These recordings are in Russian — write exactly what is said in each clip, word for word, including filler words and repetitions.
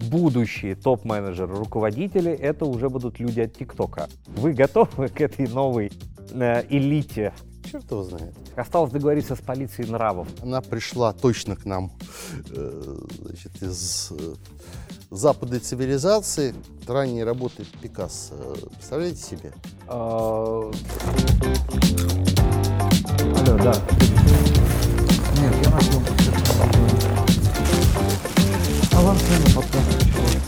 будущие топ-менеджеры, руководители, это уже будут люди от ТикТока. Вы готовы к этой новой э, элите? Черт его знает. Осталось договориться с полицией нравов. Она пришла точно к нам э, значит, из э, западной цивилизации, ранней работы Пикассо. Представляете себе? Алло, да. Нет, я начал. Авансцена подкаст.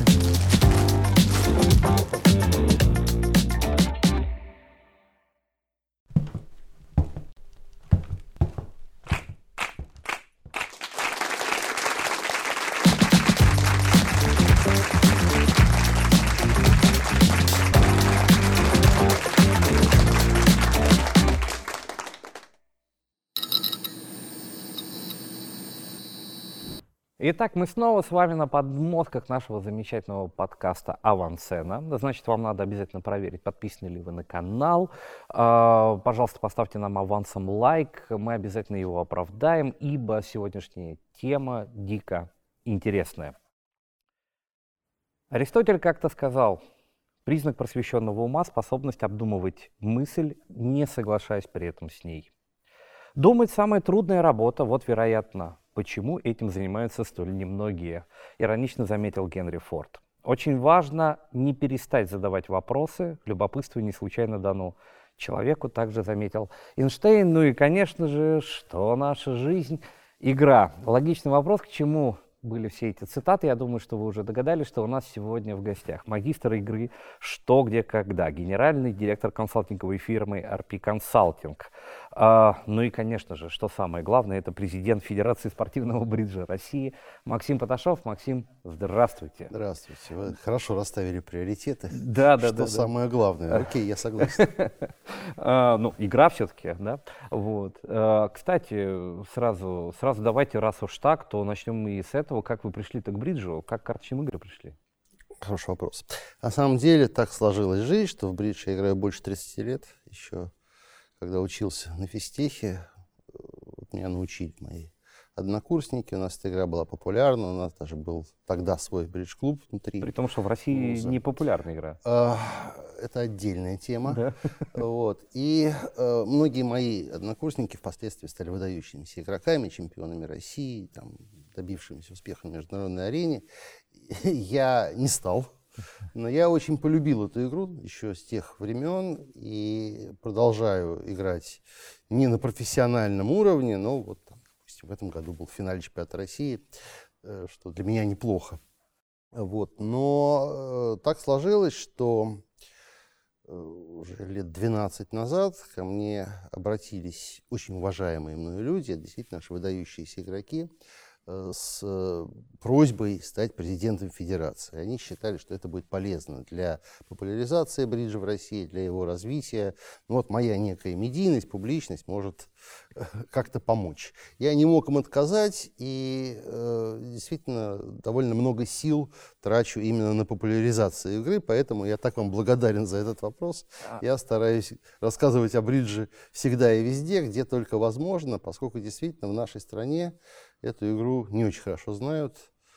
Итак, мы снова с вами на подмостках нашего замечательного подкаста «Авансцена». Значит, вам надо обязательно проверить, подписаны ли вы на канал. Пожалуйста, поставьте нам авансом лайк, мы обязательно его оправдаем, ибо сегодняшняя тема дико интересная. Аристотель как-то сказал: признак просвещенного ума — способность обдумывать мысль, не соглашаясь при этом с ней. Думать — самая трудная работа, вот, вероятно, почему этим занимаются столь немногие, иронично заметил Генри Форд. Очень важно не перестать задавать вопросы, любопытство не случайно дано человеку, также заметил Эйнштейн. Ну и, конечно же, что наша жизнь — игра. Логичный вопрос, к чему были все эти цитаты. Я думаю, что вы уже догадались, что у нас сегодня в гостях магистр игры «Что, где, когда», генеральный директор консалтинговой фирмы ар пи Consulting. А, ну и, конечно же, что самое главное, это президент Федерации спортивного бриджа России Максим Паташов. Максим, здравствуйте. Здравствуйте. Вы хорошо расставили приоритеты. Да, да, что да. Что самое главное. Окей, я согласен. Ну, игра все-таки, да. Вот. Кстати, сразу, сразу давайте, раз уж так, то начнем мы и с этого. Как вы пришли-то к бриджу? Как к карточным играм пришли? Хороший вопрос. На самом деле так сложилась жизнь, что в бридж я играю больше тридцати лет. Еще когда учился на физтехе, вот меня научили мои однокурсники. У нас эта игра была популярна, у нас даже был тогда свой бридж-клуб внутри. При том, что в России Муза. не популярная игра. А, это отдельная тема. Да. Вот. И а, многие мои однокурсники впоследствии стали выдающимися игроками, чемпионами России, там, добившимися успеха на международной арене. Я не стал. Но я очень полюбил эту игру еще с тех времен и продолжаю играть не на профессиональном уровне, но вот, допустим, в этом году был в финале чемпионата России, что для меня неплохо. Вот. Но э, так сложилось, что э, уже лет двенадцать назад ко мне обратились очень уважаемые мною люди, действительно наши выдающиеся игроки, с просьбой стать президентом Федерации. Они считали, что это будет полезно для популяризации бриджа в России, для его развития. Ну, вот моя некая медийность, публичность может как-то помочь. Я не мог им отказать и э, действительно довольно много сил трачу именно на популяризацию игры, поэтому я так вам благодарен за этот вопрос. Я стараюсь рассказывать о бридже всегда и везде, где только возможно, поскольку действительно в нашей стране эту игру не очень хорошо знают.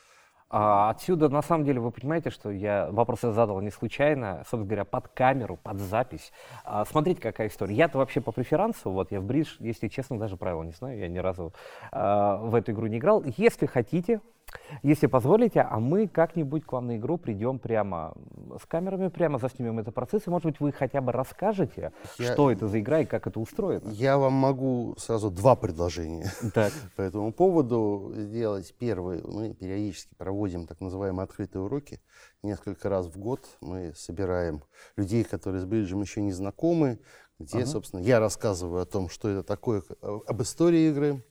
А отсюда, на самом деле, вы понимаете, что я вопросы задал не случайно, собственно говоря, под камеру, под запись. А, смотрите, какая история. Я-то вообще по преферансу, вот я в бридж, если честно, даже правила не знаю, я ни разу а, в эту игру не играл. Если хотите, если позволите, а мы как-нибудь к вам на игру придем прямо с камерами, прямо заснимем этот процесс, и, может быть, вы хотя бы расскажете, я, что это за игра и как это устроено. Я вам могу сразу два предложения так. по этому поводу сделать. Первый, мы периодически проводим так называемые открытые уроки. Несколько раз в год мы собираем людей, которые с бриджем еще не знакомы, где, ага. собственно, я рассказываю о том, что это такое, об истории игры,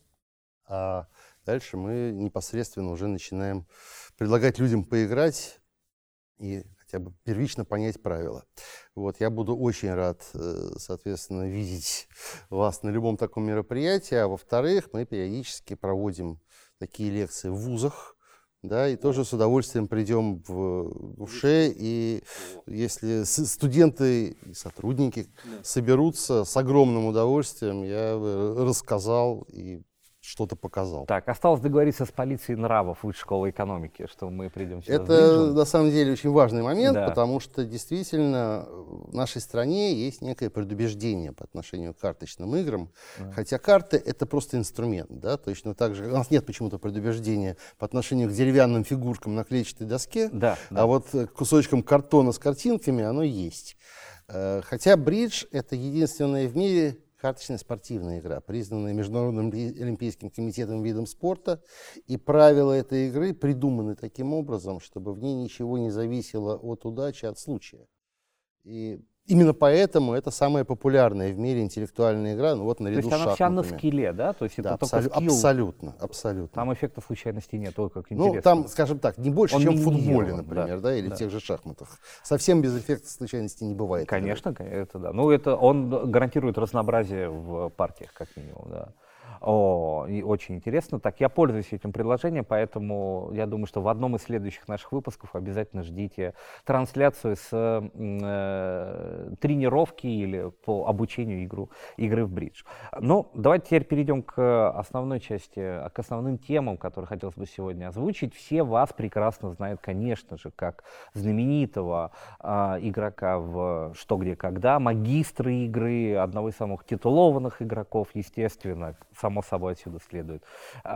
а дальше мы непосредственно уже начинаем предлагать людям поиграть и хотя бы первично понять правила. Вот, я буду очень рад, соответственно, видеть вас на любом таком мероприятии. А во-вторых, мы периодически проводим такие лекции в вузах, да, и тоже с удовольствием придем в ГУШЭ, и если студенты и сотрудники соберутся, с огромным удовольствием я рассказал и что-то показал. Так, осталось договориться с полицией нравов Высшей школы экономики, что мы придем сюда. Это на самом деле очень важный момент, да. потому что действительно в нашей стране есть некое предубеждение по отношению к карточным играм, да. Хотя карты — это просто инструмент, да, точно так же. У нас нет почему-то предубеждения по отношению к деревянным фигуркам на клетчатой доске, да, а да. вот к кусочкам картона с картинками оно есть. Хотя бридж — это единственная в мире карточная спортивная игра, признанная Международным олимпийским комитетом видом спорта, и правила этой игры придуманы таким образом, чтобы в ней ничего не зависело от удачи, от случая. И именно поэтому это самая популярная в мире интеллектуальная игра, ну вот наряду с шахматами. То есть она вся на скилле, да? То есть да, это абсолю- только скилл. Абсолютно, абсолютно. Там эффекта случайности нет, только как интересно. Ну, там, скажем так, не больше, Он чем в футболе, минимизирован, например, да, да, или да. в тех же шахматах. Совсем без эффекта случайности не бывает. Конечно, это да. Ну, это он гарантирует разнообразие в партиях, как минимум, да. О, и очень интересно. Так, я пользуюсь этим приложением, поэтому я думаю, что в одном из следующих наших выпусков обязательно ждите трансляцию с э, тренировки или по обучению игру, игры в бридж. Ну, давайте теперь перейдем к основной части, к основным темам, которые хотелось бы сегодня озвучить. Все вас прекрасно знают, конечно же, как знаменитого э, игрока в «Что, где, когда», магистра игры, одного из самых титулованных игроков, естественно, само собой отсюда следует,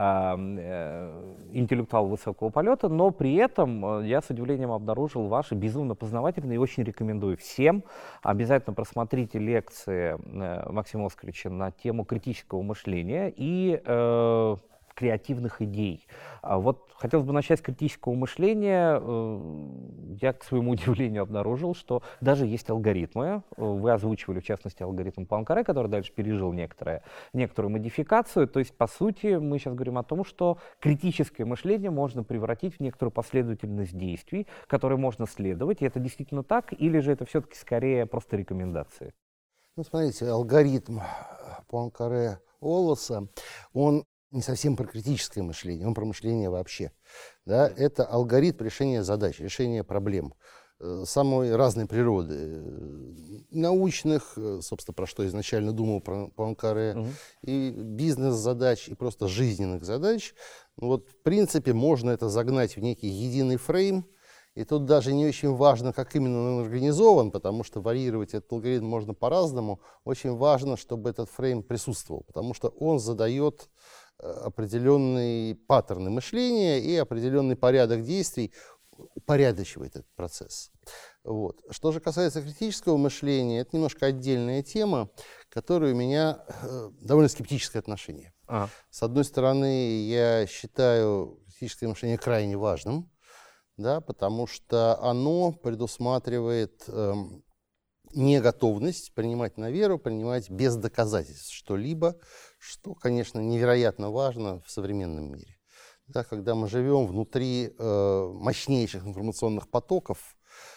интеллектуал высокого полета, но при этом я с удивлением обнаружил ваши безумно познавательные и очень рекомендую всем. Обязательно просмотрите лекции Максима Оскаровича на тему критического мышления и э, креативных идей. Вот хотелось бы начать с критического мышления. Я, к своему удивлению, обнаружил, что даже есть алгоритмы. Вы озвучивали, в частности, алгоритм Пуанкаре, который дальше пережил некоторые, некоторую модификацию. То есть, по сути, мы сейчас говорим о том, что критическое мышление можно превратить в некоторую последовательность действий, которой можно следовать. И это действительно так? Или же это все-таки скорее просто рекомендации? Ну, смотрите, алгоритм Пуанкаре-Уоллеса, он не совсем про критическое мышление, он про мышление вообще. Да? Это алгоритм решения задач, решения проблем э, самой разной природы. Э, научных, э, собственно, про что изначально думал про Пуанкаре, угу. и бизнес-задач, и просто жизненных задач. Вот, в принципе, можно это загнать в некий единый фрейм. И тут даже не очень важно, как именно он организован, потому что варьировать этот алгоритм можно по-разному. Очень важно, чтобы этот фрейм присутствовал, потому что он задает определенные паттерны мышления и определенный порядок действий, упорядочивает этот процесс. Вот. Что же касается критического мышления, это немножко отдельная тема, к которой у меня э, довольно скептическое отношение. Ага. С одной стороны, я считаю критическое мышление крайне важным, да, потому что оно предусматривает э, неготовность принимать на веру, принимать без доказательств что-либо, что, конечно, невероятно важно в современном мире. Да, когда мы живем внутри э, мощнейших информационных потоков,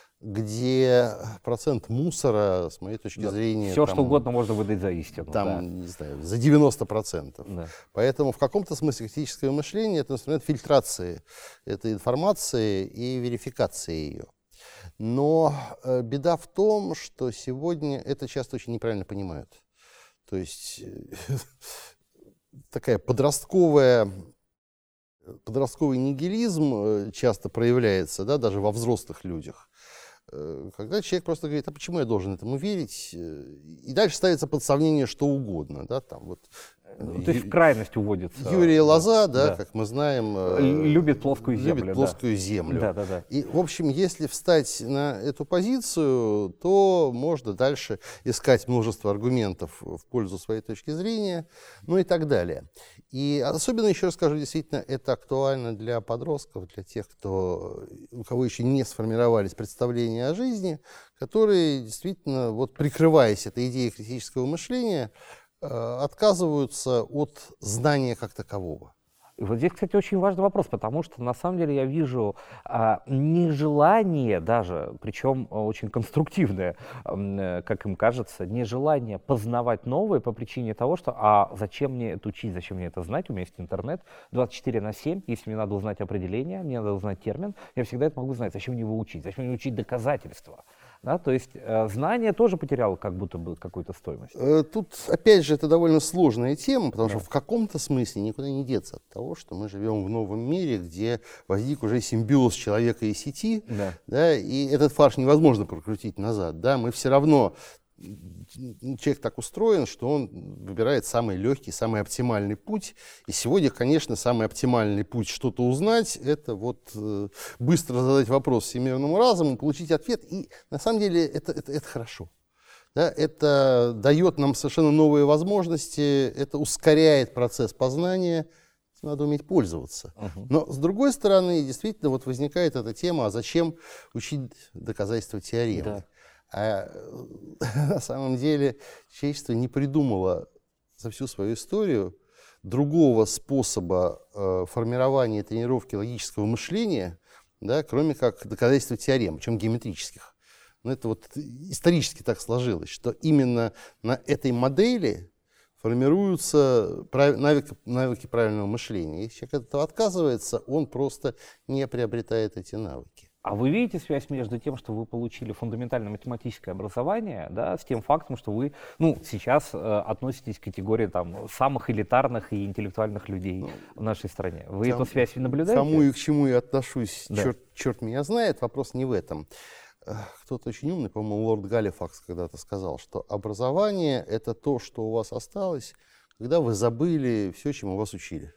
где процент мусора, с моей точки да. зрения... Все, там, что угодно можно выдать за истину. Там, да. не знаю, за девяносто процентов. Да. Поэтому в каком-то смысле критическое мышление — это инструмент фильтрации этой информации и верификации ее. Но э, беда в том, что сегодня это часто очень неправильно понимают. То есть э, такая подростковая, подростковый нигилизм э, часто проявляется, да, даже во взрослых людях. Э, когда человек просто говорит: а почему я должен этому верить? И дальше ставится под сомнение что угодно. Да, там, вот, Ну, то есть в крайность уводится. Юрий Лоза, да, да. как мы знаем, любит плоскую землю. Любит плоскую да. землю. Да, да, да. И, в общем, если встать на эту позицию, то можно дальше искать множество аргументов в пользу своей точки зрения, ну и так далее. И особенно, еще раз скажу, действительно, это актуально для подростков, для тех, кто, у кого еще не сформировались представления о жизни, которые действительно, вот, прикрываясь этой идеей критического мышления, отказываются от знания как такового. И вот здесь, кстати, очень важный вопрос, потому что на самом деле я вижу а, нежелание даже, причем очень конструктивное, а, как им кажется, нежелание познавать новое по причине того, что а зачем мне это учить, зачем мне это знать, у меня есть интернет двадцать четыре на семь, если мне надо узнать определение, мне надо узнать термин, я всегда это могу знать, зачем мне его учить, зачем мне учить доказательства. Да, то есть э, знание тоже потеряло как будто бы какую-то стоимость. Э, Тут, опять же, это довольно сложная тема, потому Да. что в каком-то смысле никуда не деться от того, что мы живем в новом мире, где возник уже симбиоз человека и сети, Да. да, и этот фарш невозможно прокрутить назад. Да, мы все равно, человек так устроен, что он выбирает самый легкий, самый оптимальный путь. И сегодня, конечно, самый оптимальный путь что-то узнать, это вот э, быстро задать вопрос всемирному разуму, получить ответ. И на самом деле это, это, это хорошо. Да, это дает нам совершенно новые возможности, это ускоряет процесс познания, надо уметь пользоваться. Угу. Но с другой стороны, действительно, вот возникает эта тема, а зачем учить доказательства теоремы? Да. А на самом деле человечество не придумало за всю свою историю другого способа э, формирования и тренировки логического мышления, да, кроме как доказательства теорем, причем геометрических. Но это вот исторически так сложилось, что именно на этой модели формируются прав... навыки, навыки правильного мышления. Если человек от этого отказывается, он просто не приобретает эти навыки. А вы видите связь между тем, что вы получили фундаментальное математическое образование, да, с тем фактом, что вы, ну, сейчас э, относитесь к категории там самых элитарных и интеллектуальных людей ну, в нашей стране? Вы там, эту связь наблюдаете? Кому и к чему я отношусь, да. черт, черт меня знает, вопрос не в этом. Кто-то очень умный, по-моему, лорд Галифакс когда-то сказал, что образование — это то, что у вас осталось, когда вы забыли все, чему вас учили.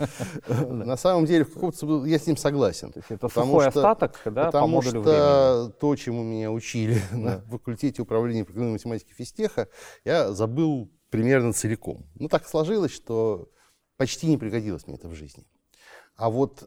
На самом деле, я с ним согласен. Это сухой остаток, да, по модулю времени. Потому что то, чему меня учили на факультете управления прикладной математики физтеха, я забыл примерно целиком. Ну, так сложилось, что почти не пригодилось мне это в жизни. А вот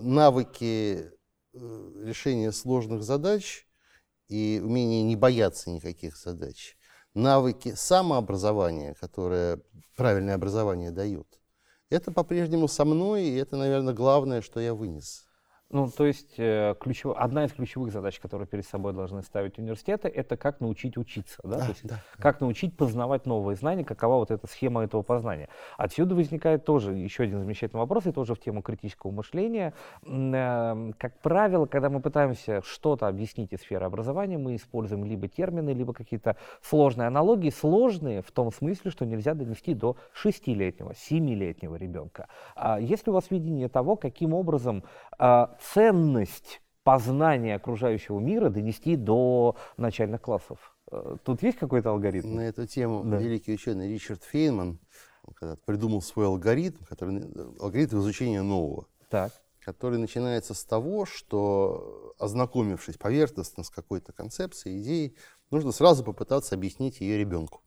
навыки решения сложных задач и умение не бояться никаких задач, навыки самообразования, которые правильное образование дает, это по-прежнему со мной, и это, наверное, главное, что я вынес. Ну, то есть э, ключев... одна из ключевых задач, которые перед собой должны ставить университеты, это как научить учиться, да? Да, То есть, да. как научить познавать новые знания, какова вот эта схема этого познания. Отсюда возникает тоже еще один замечательный вопрос, и тоже в тему критического мышления. Э, как правило, когда мы пытаемся что-то объяснить из сферы образования, мы используем либо термины, либо какие-то сложные аналогии, сложные в том смысле, что нельзя донести до шестилетнего, семилетнего ребенка. А есть ли у вас видение того, каким образом э, ценность познания окружающего мира донести до начальных классов? Тут есть какой-то алгоритм? На эту тему да. великий ученый Ричард Фейнман когда придумал свой алгоритм, который, алгоритм изучения нового, так. который начинается с того, что, ознакомившись поверхностно с какой-то концепцией, идеей, нужно сразу попытаться объяснить ее ребенку.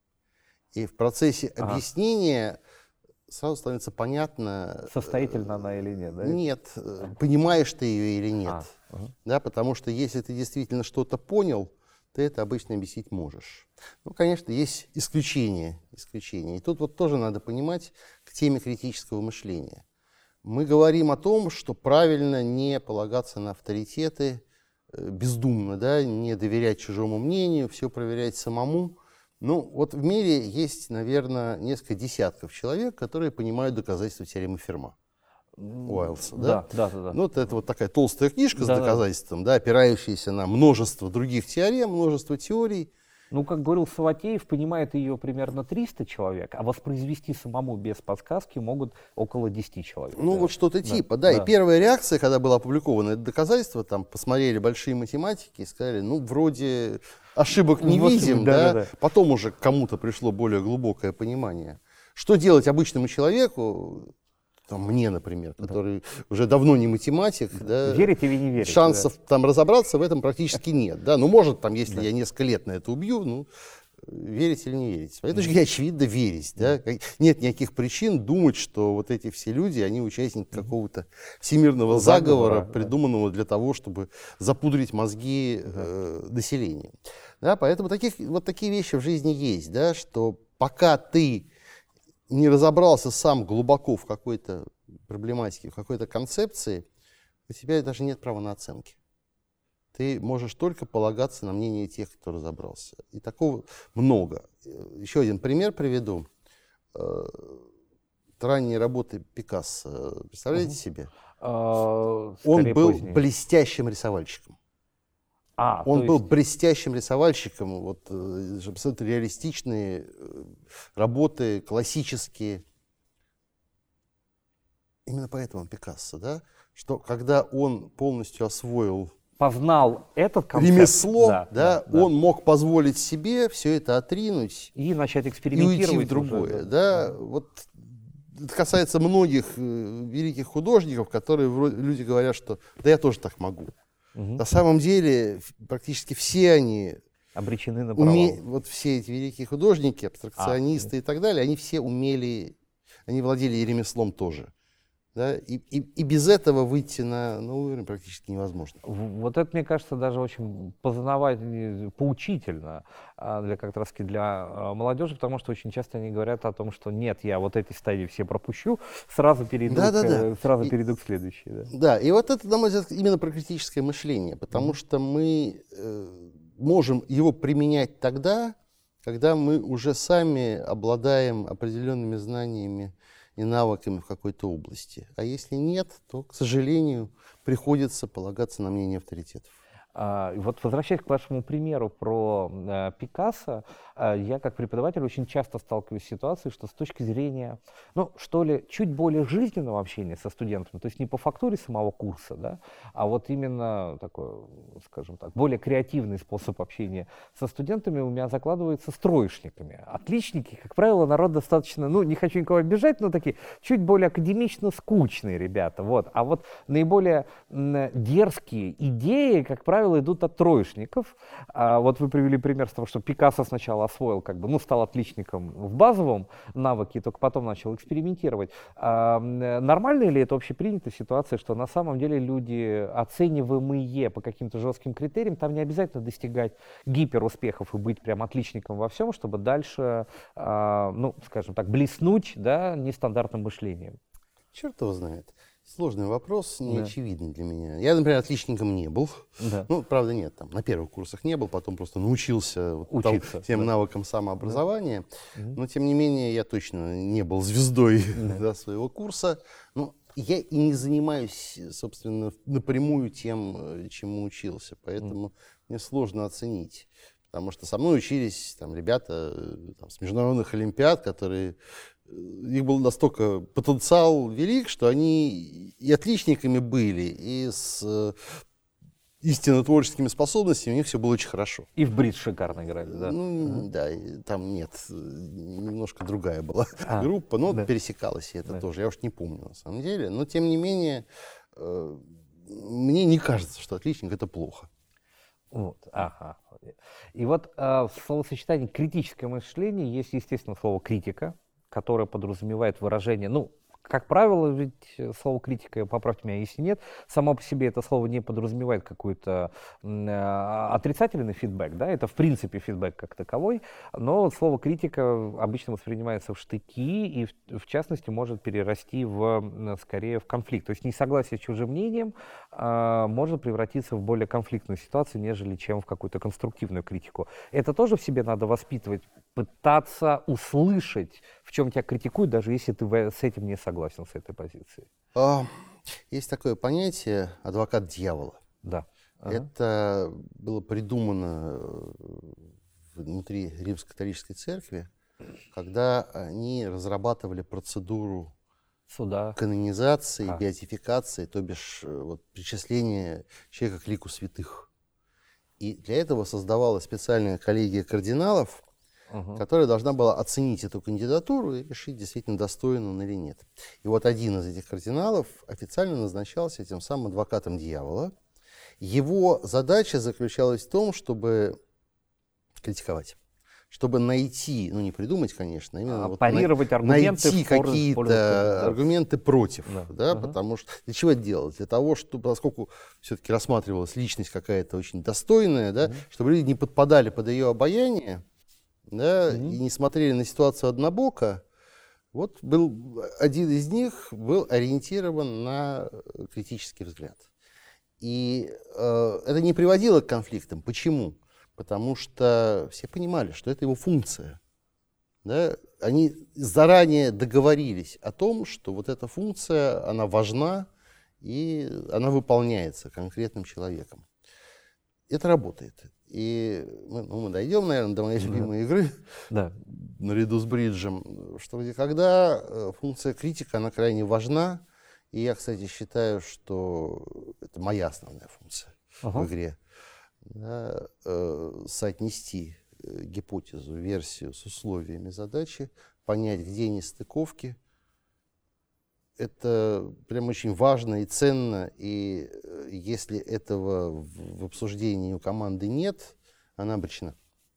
И в процессе ага. объяснения сразу становится понятно... Состоятельна она или нет, да? Нет, понимаешь ты ее или нет. А, угу. Да, потому что если ты действительно что-то понял, ты это обычно объяснить можешь. Ну, конечно, есть исключения, исключения. И тут вот тоже надо понимать к теме критического мышления. Мы говорим о том, что правильно не полагаться на авторитеты бездумно, да, не доверять чужому мнению, все проверять самому. Ну, вот в мире есть, наверное, несколько десятков человек, которые понимают доказательства теоремы Ферма. Уайлса, да? Да, да, да, да. Ну, вот это вот такая толстая книжка с да, доказательством, да, опирающаяся на множество других теорем, множество теорий. Ну, как говорил Саватеев, понимает ее примерно триста человек, а воспроизвести самому без подсказки могут около десяти человек. Ну, да. вот что-то да. типа, да. да. И первая реакция, когда было опубликовано это доказательство, там посмотрели большие математики и сказали, ну, вроде ошибок не ну, видим, да, да. да, да. Потом уже к кому-то пришло более глубокое понимание. Что делать обычному человеку, там, мне, например, который да. уже давно не математик, да, верите или не верите, шансов да. там разобраться в этом практически нет. Да? Ну, может, там, если да. я несколько лет на это убью, ну, верить или не верить. С моей точки зрения, очевидно, верить. Да? Нет никаких причин думать, что вот эти все люди, они участники какого-то всемирного заговора, заговора придуманного да. для того, чтобы запудрить мозги э, населения. Да? Поэтому таких, вот такие вещи в жизни есть, да? Что пока ты не разобрался сам глубоко в какой-то проблематике, в какой-то концепции, у тебя даже нет права на оценки. Ты можешь только полагаться на мнение тех, кто разобрался. И такого много. Еще один пример приведу. Ранние работы Пикассо. Представляете угу. себе? А, Он был позднее. блестящим рисовальщиком. А, Он то был есть- блестящим рисовальщиком, вот, э, абсолютно реалистичные э, работы, классические. Именно поэтому Пикассо, да, что когда он полностью освоил познал этот концепт. ремесло, да, да, да. он мог позволить себе все это отринуть И начать и экспериментировать уйти в уже, другое. Да. Вот это касается многих э, великих художников, которые вроде, люди говорят, что да я тоже так могу. Мгм. На самом деле ф- практически все они, Обречены на провал. уме... вот все эти великие художники, абстракционисты и так далее, они все умели, они владели и ремеслом тоже. Да? И, и, и без этого выйти на, на уровень практически невозможно. В- Вот это, мне кажется, даже очень познавательно, поучительно а, для как раз для а, молодежи, потому что очень часто они говорят о том, что нет, я вот эти стадии все пропущу, сразу перейду, Да-да-да. к, э, сразу И- перейду к следующей. Да. Да, и вот это, на мой взгляд, именно про критическое мышление, потому Мгм. что мы э, можем его применять тогда, когда мы уже сами обладаем определенными знаниями и навыками в какой-то области. А если нет, то, к сожалению, приходится полагаться на мнение авторитетов. А, и вот возвращаясь к вашему примеру про э, Пикассо, э, я как преподаватель очень часто сталкиваюсь с ситуацией, что с точки зрения, ну, что ли, чуть более жизненного общения со студентами, то есть не по фактуре самого курса, да, а вот именно такой, скажем так, более креативный способ общения со студентами у меня закладывается с троечниками. Отличники, как правило, народ достаточно, ну, не хочу никого обижать, но такие чуть более академично скучные ребята, вот. А вот наиболее м, дерзкие идеи, как правило, идут от троечников. А вот вы привели пример с того, что Пикассо сначала освоил, как бы, ну, стал отличником в базовом навыке, и только потом начал экспериментировать. А, м, нормально ли это общепринятая ситуация, что на самом деле люди, оцениваемые по каким-то жестким критериям, там не обязательно достигать гиперуспехов и быть прям отличником во всем, чтобы дальше, а, ну, скажем так, блеснуть, да, нестандартным мышлением? Черт его знает. Сложный вопрос, Да. неочевидный для меня. Я, например, отличником не был. Да. Ну, правда, нет, там на первых курсах не был, потом просто научился вот там Учиться, тем да. навыкам самообразования. Мгм. Но, тем не менее, я точно не был звездой Да. да, своего курса. Ну, я и не занимаюсь, собственно, напрямую тем, э, чему учился. Поэтому мне сложно оценить. Потому что со мной учились там, ребята э, там, с международных олимпиад, которые... э, Их был настолько потенциал велик, что они и отличниками были, и с э, истинно творческими способностями у них все было очень хорошо. И в бридж шикарно играли, да. Ну, да, и там нет, э, немножко другая была А, группа, но да. пересекалась и это Да. тоже, я уж не помню на самом деле. Но тем не менее, э, мне не кажется, что отличник это плохо. Вот, ага. И вот э, в словосочетании критическое мышление есть, естественно, слово критика, которое подразумевает выражение, ну, как правило, ведь слово критика, поправьте меня, если нет, само по себе это слово не подразумевает какой-то м, э, отрицательный фидбэк, да, это в принципе фидбэк как таковой, но вот слово критика обычно воспринимается в штыки и в, в частности может перерасти в, м, скорее в конфликт, то есть несогласие с чужим мнением э, может превратиться в более конфликтную ситуацию, нежели чем в какую-то конструктивную критику. Это тоже в себе надо воспитывать, пытаться услышать, в чем тебя критикуют, даже если ты в- с этим не согласен, с этой позицией. А, есть такое понятие адвокат дьявола. Да. Ага. Это было придумано э, внутри Римско-католической церкви, когда они разрабатывали процедуру Суда. канонизации, А. беатификации, то бишь э, вот, причисления человека к лику святых. И для этого создавалась специальная коллегия кардиналов, Мгм. которая должна была оценить эту кандидатуру и решить, действительно достоин он или нет. И вот один из этих кардиналов официально назначался этим самым адвокатом дьявола. Его задача заключалась в том, чтобы критиковать, чтобы найти, ну не придумать, конечно, а именно А, вот парировать на- аргументы найти в пользу- в пользу какие-то кандидата. аргументы против, Да. да, Ага. потому что для чего это делать? Для того, чтобы, поскольку все-таки рассматривалась личность какая-то очень достойная, да, чтобы люди не подпадали под ее обаяние, да, Мгм. и не смотрели на ситуацию однобоко. Вот был один из них был ориентирован на э, критический взгляд. И э, это не приводило к конфликтам. Почему? Потому что все понимали, что это его функция. Да? Они заранее договорились о том, что вот эта функция, она важна, и она выполняется конкретным человеком. это работает. И мы, ну, мы дойдем, наверное, до моей любимой игры, Да. наряду с бриджем, что где когда э, функция критика, она крайне важна. И я, кстати, считаю, что это моя основная функция Ага. в игре. Да, э, соотнести э, гипотезу, версию с условиями задачи, понять, где нестыковки. Это прям очень важно и ценно, и э, если этого в, в обсуждении у команды нет, она обречена.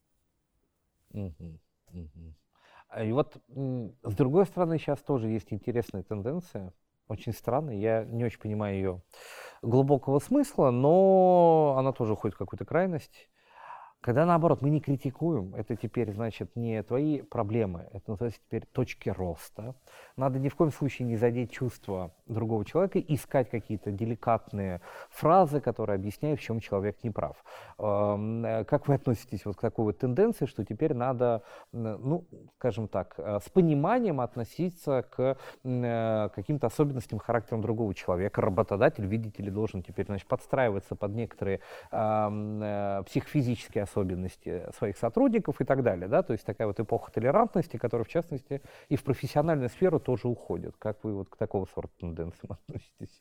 Мгм, мгм. А И вот м, с другой стороны, сейчас тоже есть интересная тенденция, очень странная, я не очень понимаю ее глубокого смысла, но она тоже уходит в какую-то крайность. Когда наоборот мы не критикуем, это теперь значит не твои проблемы, это называется теперь точки роста. Надо ни в коем случае не задеть чувства другого человека, искать какие-то деликатные фразы, которые объясняют, в чем человек не прав. Эм, э, Как вы относитесь вот к такой вот тенденции, что теперь надо, м, ну, скажем так, э, с пониманием относиться к м, э, каким-то особенностям характера другого человека? Работодатель, видите ли, должен теперь, значит, подстраиваться под некоторые ам, э, психофизические особенности своих сотрудников и так далее, да, то есть такая вот эпоха толерантности, которая, в частности, и в профессиональную сферу тоже уходит. Как вы вот к такого сорта тенденциям относитесь?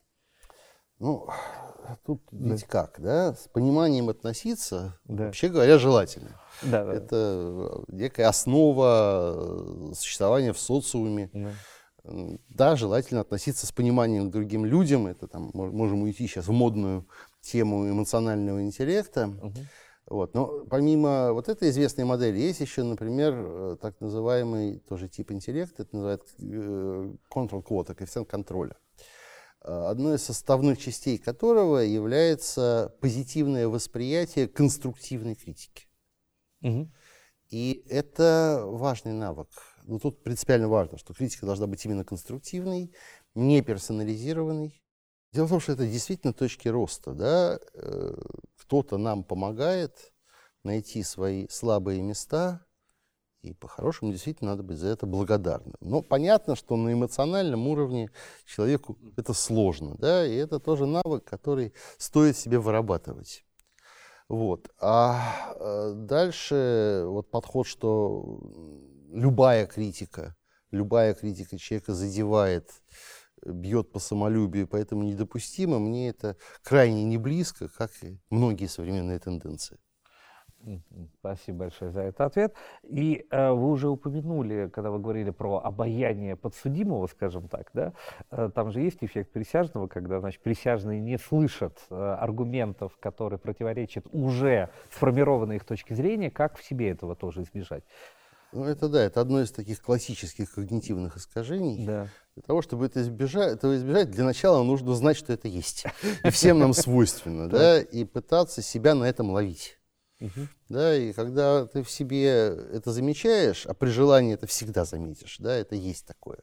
Ну, тут Да. ведь как, да? С пониманием относиться, Да. вообще говоря, желательно. Да, да, Это некая основа э, существования в социуме. да. М, Да, желательно относиться с пониманием к другим людям. Это там мо- можем уйти сейчас в модную тему эмоционального интеллекта. Мгм. Вот. Но помимо вот этой известной модели, есть еще, например, э, так называемый тоже тип интеллекта, это называется э, control quota, коэффициент контроля. Э, Одной из составных частей которого является позитивное восприятие конструктивной критики. Мгм. И это важный навык. Но тут принципиально важно, что критика должна быть именно конструктивной, не персонализированной. Дело в том, что это действительно точки роста. Да? Э, Кто-то нам помогает найти свои слабые места, и по-хорошему действительно надо быть за это благодарным. Но понятно, что на эмоциональном уровне человеку это сложно, да, и это тоже навык, который стоит себе вырабатывать. Вот. А э, дальше вот подход, что любая критика, любая критика человека задевает, бьет по самолюбию, поэтому недопустимо, мне это крайне не близко, как и многие современные тенденции. Мгм. Спасибо большое за этот ответ. И э, вы уже упомянули, когда вы говорили про обаяние подсудимого, скажем так, да, э, там же есть эффект присяжного, когда, значит, присяжные не слышат э, аргументов, которые противоречат уже сформированной их точке зрения, как в себе этого тоже избежать? Ну, это да, это одно из таких классических когнитивных искажений. Да. Для того, чтобы это избежать, этого избежать, для начала нужно знать, что это есть. И всем нам свойственно, да, и пытаться себя на этом ловить. Мгм. Да, и когда ты в себе это замечаешь, а при желании это всегда заметишь, да, это есть такое,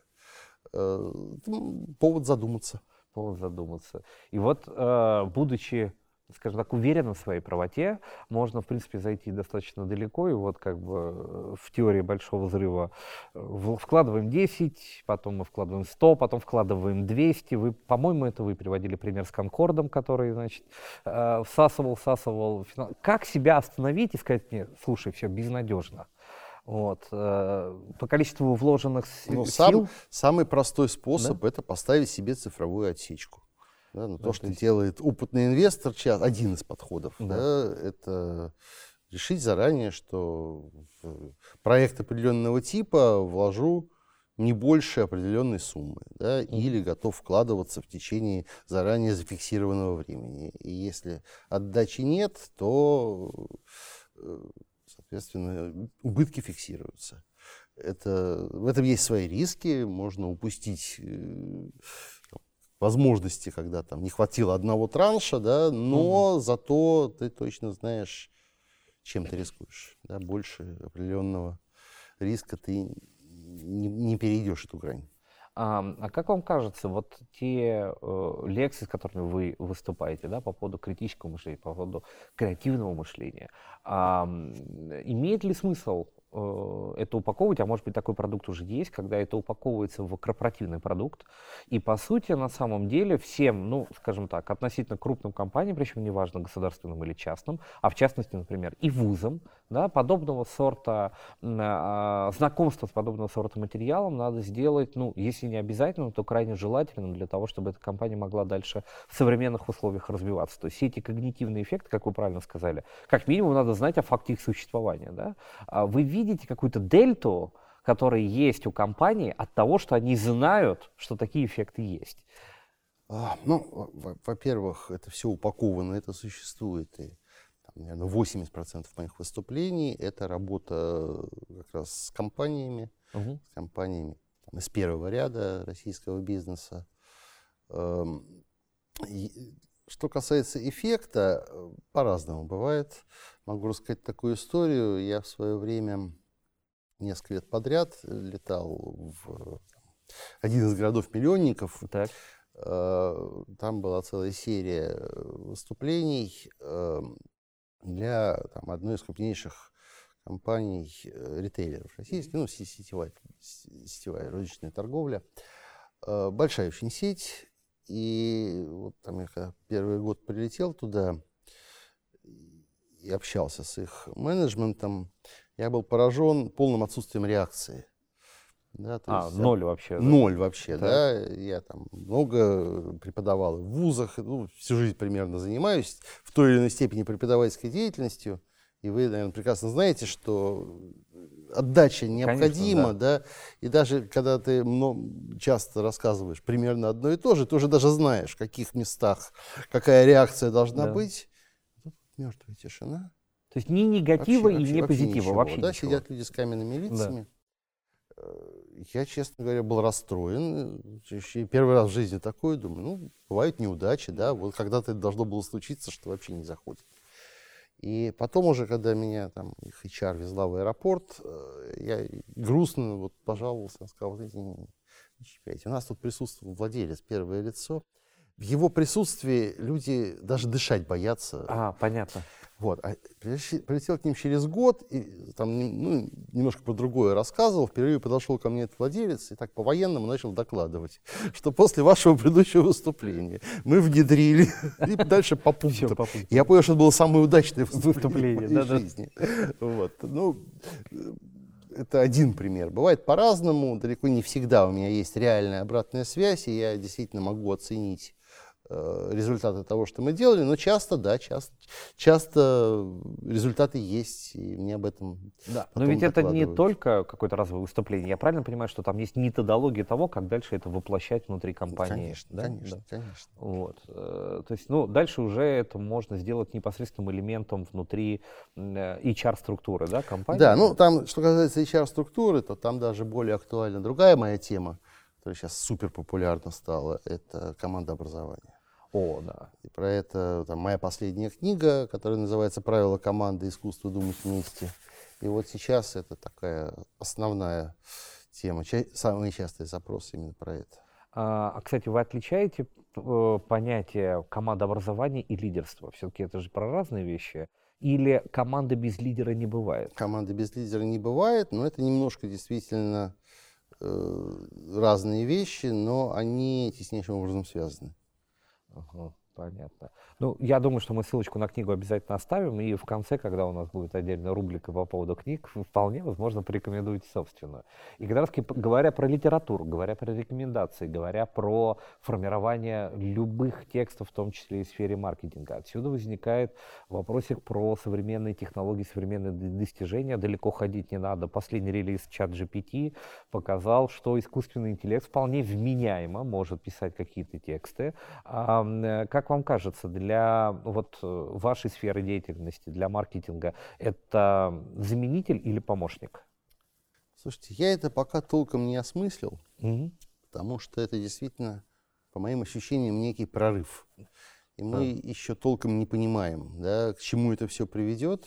э, м, повод задуматься. Повод задуматься. И вот, э, будучи, скажем так, уверенным в своей правоте, можно, в принципе, зайти достаточно далеко. И вот как бы э, в теории Большого взрыва э, в- вкладываем десять, потом мы вкладываем сто, потом вкладываем двести. Вы, по-моему, это вы приводили пример с Конкордом, который, значит, э, всасывал, всасывал. финал. Как себя остановить и сказать мне, слушай, все безнадежно. Вот, э, по количеству вложенных с- Но сил. сам, самый простой способ это поставить себе цифровую отсечку. Да, ну, Да, то, то что есть- делает опытный инвестор, ча- один из подходов, Да. да, это решить заранее, что в проект определенного типа вложу не больше определенной суммы, да, Мгм. или готов вкладываться в течение заранее зафиксированного времени. И если отдачи нет, то, э, соответственно, убытки фиксируются. Это, в этом есть свои риски, можно упустить э, возможности, когда там не хватило одного транша, да, но зато ты точно знаешь, чем ты рискуешь. Да, больше определенного риска ты не, не перейдешь эту грань. А, а как вам кажется, вот те э, лекции, с которыми вы выступаете, да, по поводу критического мышления, по поводу креативного мышления, а, м, имеет ли смысл э, это упаковывать, а может быть такой продукт уже есть, когда это упаковывается в корпоративный продукт. И по сути, на самом деле, всем, ну, скажем так, относительно крупным компаниям, причем неважно, государственным или частным, а в частности, например, и вузам, да, подобного сорта, э, знакомства с подобного сорта материалом надо сделать, ну, если не обязательно, то крайне желательно для того, чтобы эта компания могла дальше в современных условиях развиваться. То есть все эти когнитивные эффекты, как вы правильно сказали, как минимум надо знать о факте их существования. Да? А вы видите какую-то дельту, которая есть у компании от того, что они знают, что такие эффекты есть? А, ну, во-первых, это все упаковано, это существует. И, там, наверное, восемьдесят процентов моих выступлений — это работа как раз с компаниями, Угу. с компаниями там, из первого ряда российского бизнеса. И, что касается эффекта, по-разному бывает. Могу рассказать такую историю. Я в свое время несколько лет подряд летал в один из городов-миллионников. Так. Там была целая серия выступлений для там, одной из крупнейших компаний ритейлеров российских, ну, сетевая, сетевая розничная торговля. Большая очень сеть. И вот там я когда первый год прилетел туда и общался с их менеджментом, я был поражен полным отсутствием реакции. Да, то А, есть, ноль вообще. Да? Ноль вообще, Так. да. Я там много преподавал в вузах, ну, всю жизнь примерно занимаюсь в той или иной степени преподавательской деятельностью. И вы, наверное, прекрасно знаете, что отдача необходима, Конечно, да. И даже когда ты много, часто рассказываешь примерно одно и то же, ты уже даже знаешь, в каких местах какая реакция должна Да. быть. Тут мертвая тишина. То есть ни негатива Вообще- и вообще- ни вообще позитива, ничего, вообще да, ничего. сидят люди с каменными лицами. Я, честно говоря, был расстроен. И первый раз в жизни такое, думаю, ну, бывают неудачи, да, вот когда-то это должно было случиться, что вообще не заходит. И потом уже, когда меня там их эйч ар везла в аэропорт, я грустно вот пожаловался, сказал, знаете, не, не чипляйте. У нас тут присутствовал владелец, первое лицо. В его присутствии люди даже дышать боятся. А, понятно. Вот. А прилетел к ним через год, и там ну, немножко про другое рассказывал. Впервые подошел ко мне этот владелец и так по-военному начал докладывать, что после вашего предыдущего выступления мы внедрили, и дальше по Всё, пунктам. по пунктам. Я понял, что это было самое удачное выступление, Выступление, в моей да-да. жизни. Вот. Ну, это один пример. Бывает по-разному. Далеко не всегда у меня есть реальная обратная связь, и я действительно могу оценить результаты того, что мы делали, но часто, да, часто, часто результаты есть, и мне об этом Да. Но потом ведь это не докладывают. только какое-то разовое выступление. Я правильно понимаю, что там есть методология того, как дальше это воплощать внутри компании? Конечно, да? конечно, Да. конечно. Вот. э, То есть, ну, дальше уже это можно сделать непосредственным элементом внутри м, э, эйч ар-структуры, да, компании? Да, ну там, что касается эйч ар-структуры, то там даже более актуальна другая моя тема, которая сейчас супер популярна стала, это командообразование. О, да. И про это там, моя последняя книга, которая называется «Правила команды. Искусство думать вместе». И вот сейчас это такая основная тема, ча- самые частые запросы именно про это. А, а, кстати, вы отличаете э, понятие командообразования и лидерства? Все-таки это же про разные вещи. Или команды без лидера не бывает? Команды без лидера не бывает, но это немножко действительно э, разные вещи, но они теснейшим образом связаны. Ага, понятно. Ну, я думаю, что мы ссылочку на книгу обязательно оставим, и в конце, когда у нас будет отдельная рубрика по поводу книг, вполне возможно порекомендуете собственную. И как раз таки, говоря про литературу, говоря про рекомендации, говоря про формирование любых текстов, в том числе и в сфере маркетинга, отсюда возникает вопросик про современные технологии, современные д- достижения. Далеко ходить не надо. Последний релиз чат джи пи ти показал, что искусственный интеллект вполне вменяемо может писать какие-то тексты. А, м, э, как вам кажется, для вот, э, вашей сферы деятельности, для маркетинга, это заменитель или помощник? Слушайте, я это пока толком не осмыслил, Мгм. потому что это действительно, по моим ощущениям, некий прорыв. И мы еще толком не понимаем, да, к чему это все приведет.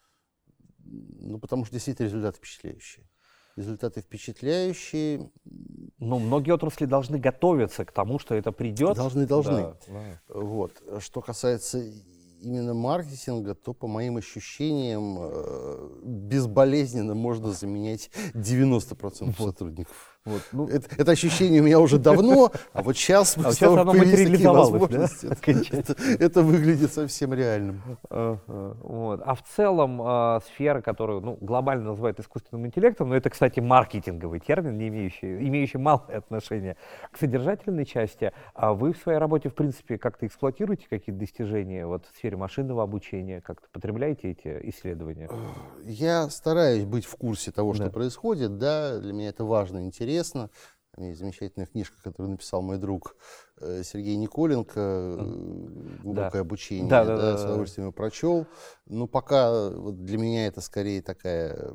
Ну, потому что действительно результаты впечатляющие. Результаты впечатляющие. Ну, многие отрасли должны готовиться к тому, что это придет. Должны, должны. Да, да. Вот. Что касается именно маркетинга, то, по моим ощущениям, безболезненно можно заменять девяносто процентов вот. сотрудников. Вот, ну, это, это ощущение у меня уже давно, а вот сейчас, а сейчас оно материализовалось, да? это, это выглядит совсем реальным. Uh-huh. Вот. А в целом э, сфера, которую ну, глобально называют искусственным интеллектом, но это, кстати, маркетинговый термин, не имеющий, имеющий малое отношение к содержательной части, а вы в своей работе, в принципе, как-то эксплуатируете какие-то достижения вот, в сфере машинного обучения, как-то потребляете эти исследования? Я стараюсь быть в курсе того, что да. происходит, да, для меня это важно, интересно. Интересно. Есть замечательная книжка, которую написал мой друг Сергей Николенко «Глубокое да. обучение». Да, да, да, да, с удовольствием его прочел. Но пока вот для меня это скорее такая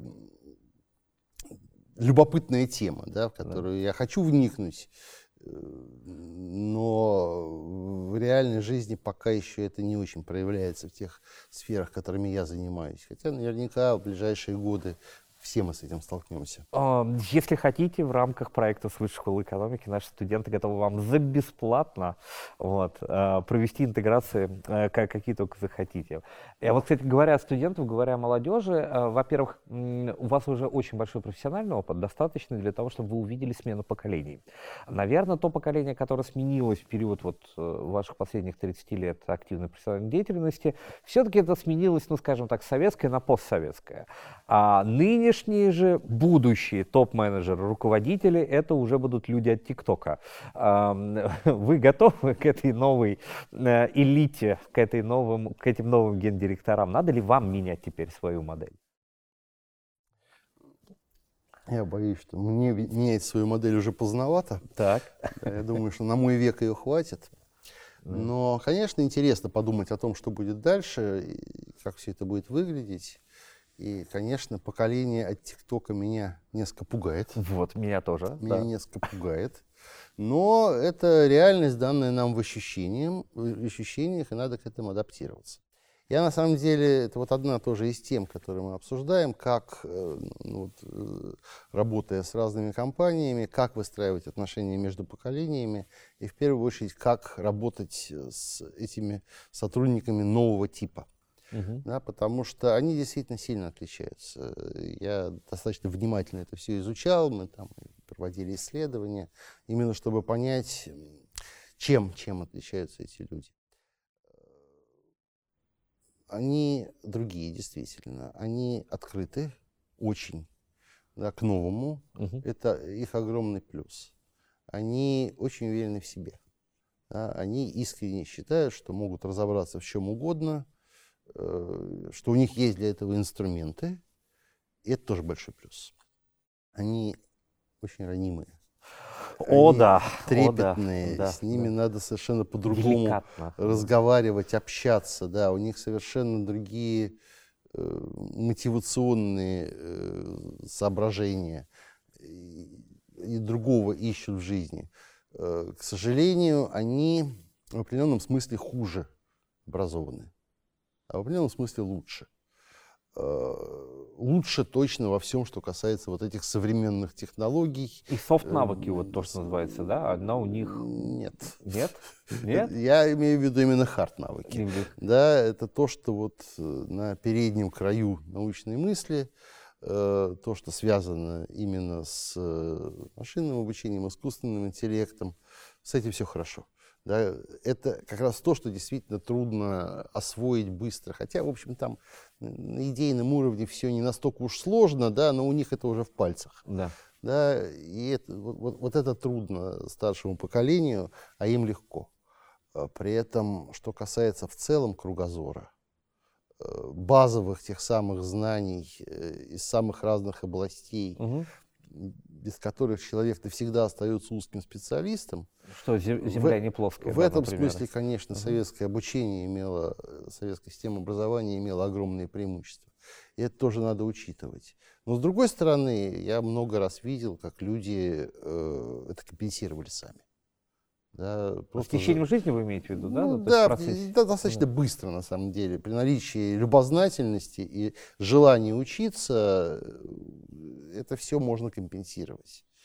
любопытная тема, да, в которую да. я хочу вникнуть. Но в реальной жизни пока еще это не очень проявляется в тех сферах, которыми я занимаюсь. Хотя наверняка в ближайшие годы все мы с этим столкнемся. Если хотите, в рамках проекта с Высшей школы экономики наши студенты готовы вам за бесплатно вот, провести интеграции, какие только захотите. И вот, кстати, говоря о студентах, говоря о молодежи, во-первых, у вас уже очень большой профессиональный опыт, достаточно для того, чтобы вы увидели смену поколений. Наверное, то поколение, которое сменилось в период вот ваших последних тридцати лет активной профессиональной деятельности, все-таки это сменилось, ну, скажем так, советское на постсоветское. А ныне Нынешние же будущие топ-менеджеры, руководители, это уже будут люди от ТикТока. Вы готовы к этой новой элите, к, этой новым, к этим новым гендиректорам? Надо ли вам менять теперь свою модель? Я боюсь, что мне менять свою модель уже поздновато. Так. Я думаю, что на мой век ее хватит. Но, конечно, интересно подумать о том, что будет дальше, как все это будет выглядеть. И, конечно, поколение от ТикТока меня несколько пугает. Вот, меня тоже. Меня да. несколько пугает. Но это реальность, данная нам в, ощущениях, в ощущениях, и надо к этому адаптироваться. Я, на самом деле, это вот одна тоже из тем, которые мы обсуждаем, как, ну, вот, работая с разными компаниями, как выстраивать отношения между поколениями, и в первую очередь, как работать с этими сотрудниками нового типа. Uh-huh. Да, потому что они действительно сильно отличаются. Я достаточно внимательно это все изучал, мы там проводили исследования, именно чтобы понять, чем, чем отличаются эти люди. Они другие, действительно. Они открыты очень, да, к новому. Uh-huh. Это их огромный плюс. Они очень уверены в себе. Да, они искренне считают, что могут разобраться в чем угодно, что у них есть для этого инструменты, и это тоже большой плюс. Они очень ранимые. О, Они да. трепетные, О, да. с ними да. надо совершенно по-другому Деликатно. разговаривать, общаться. Да. У них совершенно другие э, мотивационные э, соображения и, и другого ищут в жизни. Э, к сожалению, они в определенном смысле хуже образованы. А в определенном смысле лучше. Лучше точно во всем, что касается вот этих современных технологий. И софт-навыки, вот то, что называется, да? Одна у них... Нет. Нет? Нет? Я имею в виду именно хард-навыки. Да, это то, что вот на переднем краю научной мысли, то, что связано именно с машинным обучением, искусственным интеллектом, с этим все хорошо. Да, это как раз то, что действительно трудно освоить быстро. Хотя, в общем, там на идейном уровне все не настолько уж сложно, да, но у них это уже в пальцах. Да. Да, и это, вот, вот это трудно старшему поколению, а им легко. При этом, что касается в целом кругозора, базовых тех самых знаний из самых разных областей, угу. без которых человек всегда остается узким специалистом. Что Земля в, не плоская. В да, этом например. смысле, конечно, угу. советское обучение имело, советская система образования имела огромные преимущества. И это тоже надо учитывать. Но с другой стороны, я много раз видел, как люди э, это компенсировали сами. Да, просто с течением за... жизни вы имеете в виду, да? Ну, ну, да, да, достаточно ну. быстро, на самом деле. При наличии любознательности и желания учиться, это все можно компенсировать.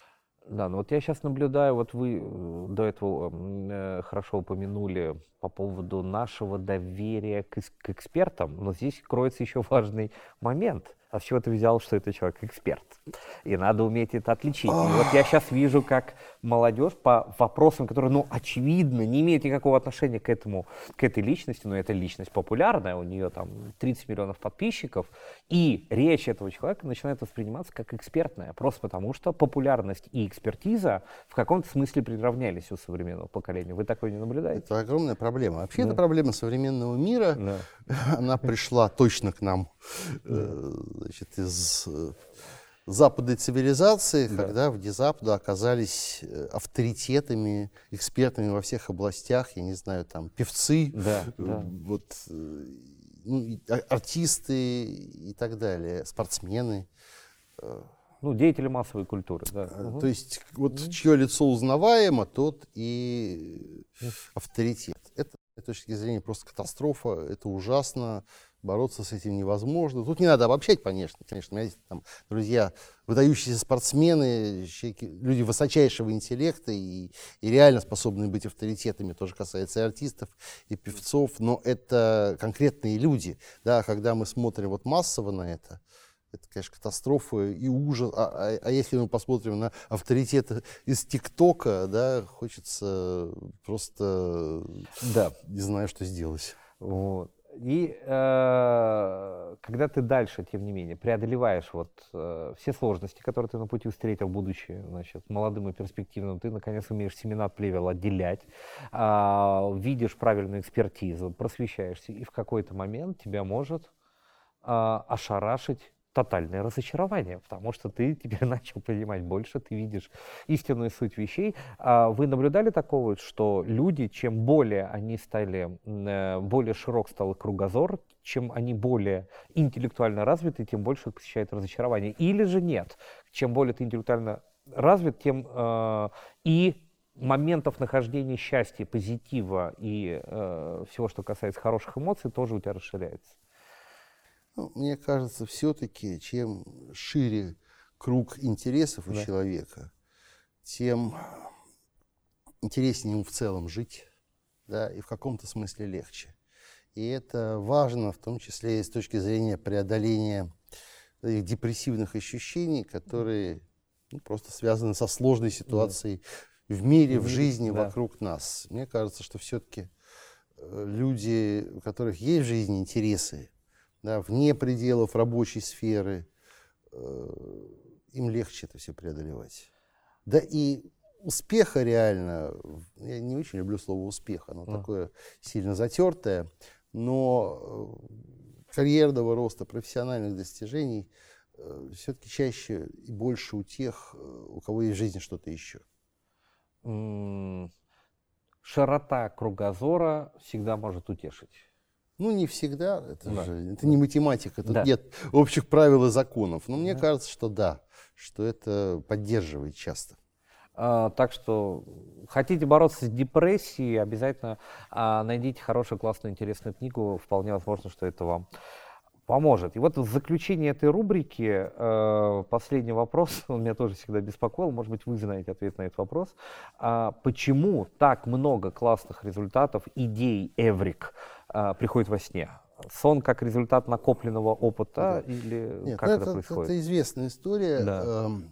Да, ну вот я сейчас наблюдаю, вот вы э, до этого м, э, хорошо упомянули по поводу нашего доверия к, эс- к экспертам, но здесь кроется еще важный момент. А с чего ты взял, что это человек эксперт? И надо уметь это отличить. И вот я сейчас вижу, как молодежь по вопросам, которые, ну, очевидно, не имеют никакого отношения к этому, к этой личности, но эта личность популярная, у нее там тридцать миллионов подписчиков, и речь этого человека начинает восприниматься как экспертная, просто потому что популярность и экспертиза в каком-то смысле приравнялись у современного поколения. Вы такое не наблюдаете? Это огромная проблема. Вообще, Да. это проблема современного мира. Да. Она пришла точно к нам э, значит, из э, западной цивилизации, Да. когда вне Запада оказались э, авторитетами, экспертами во всех областях, я не знаю, там, певцы, Да, э, да. вот, э, ну, и а- артисты и так далее, спортсмены. Ну, деятели массовой культуры, да. Э, Мгм. То есть вот чье лицо узнаваемо, тот и авторитет. Это с точки зрения просто катастрофа, это ужасно, бороться с этим невозможно. Тут не надо обобщать, конечно, конечно, у меня есть там друзья, выдающиеся спортсмены, человеки- люди высочайшего интеллекта и, и реально способные быть авторитетами, тоже касается и артистов, и певцов, но это конкретные люди, да, когда мы смотрим вот массово на это, это, конечно, катастрофа и ужас. А, а- а если мы посмотрим на авторитеты из ТикТока, да, хочется просто, Да. не знаю, что сделать. Вот. И э, когда ты дальше, тем не менее, преодолеваешь вот э, все сложности, которые ты на пути встретил, будучи, значит, молодым и перспективным, ты наконец умеешь семена от плевел отделять, а, видишь правильную экспертизу, просвещаешься, и в какой-то момент тебя может а, ошарашить тотальное разочарование, потому что ты теперь начал понимать больше, ты видишь истинную суть вещей. А вы наблюдали такого, что люди, чем более они стали, м, э, более широк стал их кругозор, чем они более интеллектуально развиты, тем больше их посещает разочарование? Или же нет? Чем более ты интеллектуально развит, тем э, и моментов нахождения счастья, позитива и э, всего, что касается хороших эмоций, тоже у тебя расширяется. Ну, мне кажется, все-таки, чем шире круг интересов у Да. человека, тем интереснее ему в целом жить, да, и в каком-то смысле легче. И это важно, в том числе и с точки зрения преодоления этих депрессивных ощущений, которые ну, просто связаны со сложной ситуацией в мире, В в мире, жизни да. вокруг нас. Мне кажется, что все-таки люди, у которых есть в жизни интересы, да, вне пределов рабочей сферы, э, им легче это все преодолевать. Да и успеха реально, я не очень люблю слово успех, оно Ну. такое сильно затертое, но э, карьерного роста, профессиональных достижений все-таки чаще и больше у тех, э, у кого есть в жизни что-то еще. М, Широта кругозора всегда может утешить. Ну, не всегда, это Да. же это не математика, тут Да. нет общих правил и законов. Но мне Да. кажется, что да, что это поддерживает часто. А, так что хотите бороться с депрессией, обязательно а, найдите хорошую, классную, интересную книгу. Вполне возможно, что это вам поможет. И вот в заключение этой рубрики э, последний вопрос, он меня тоже всегда беспокоил, может быть, вы знаете ответ на этот вопрос. А почему так много классных результатов, идей, эврик а, приходит во сне? Сон как результат накопленного опыта Да. или Нет, как ну это, это, происходит? это известная история. Да. Эм,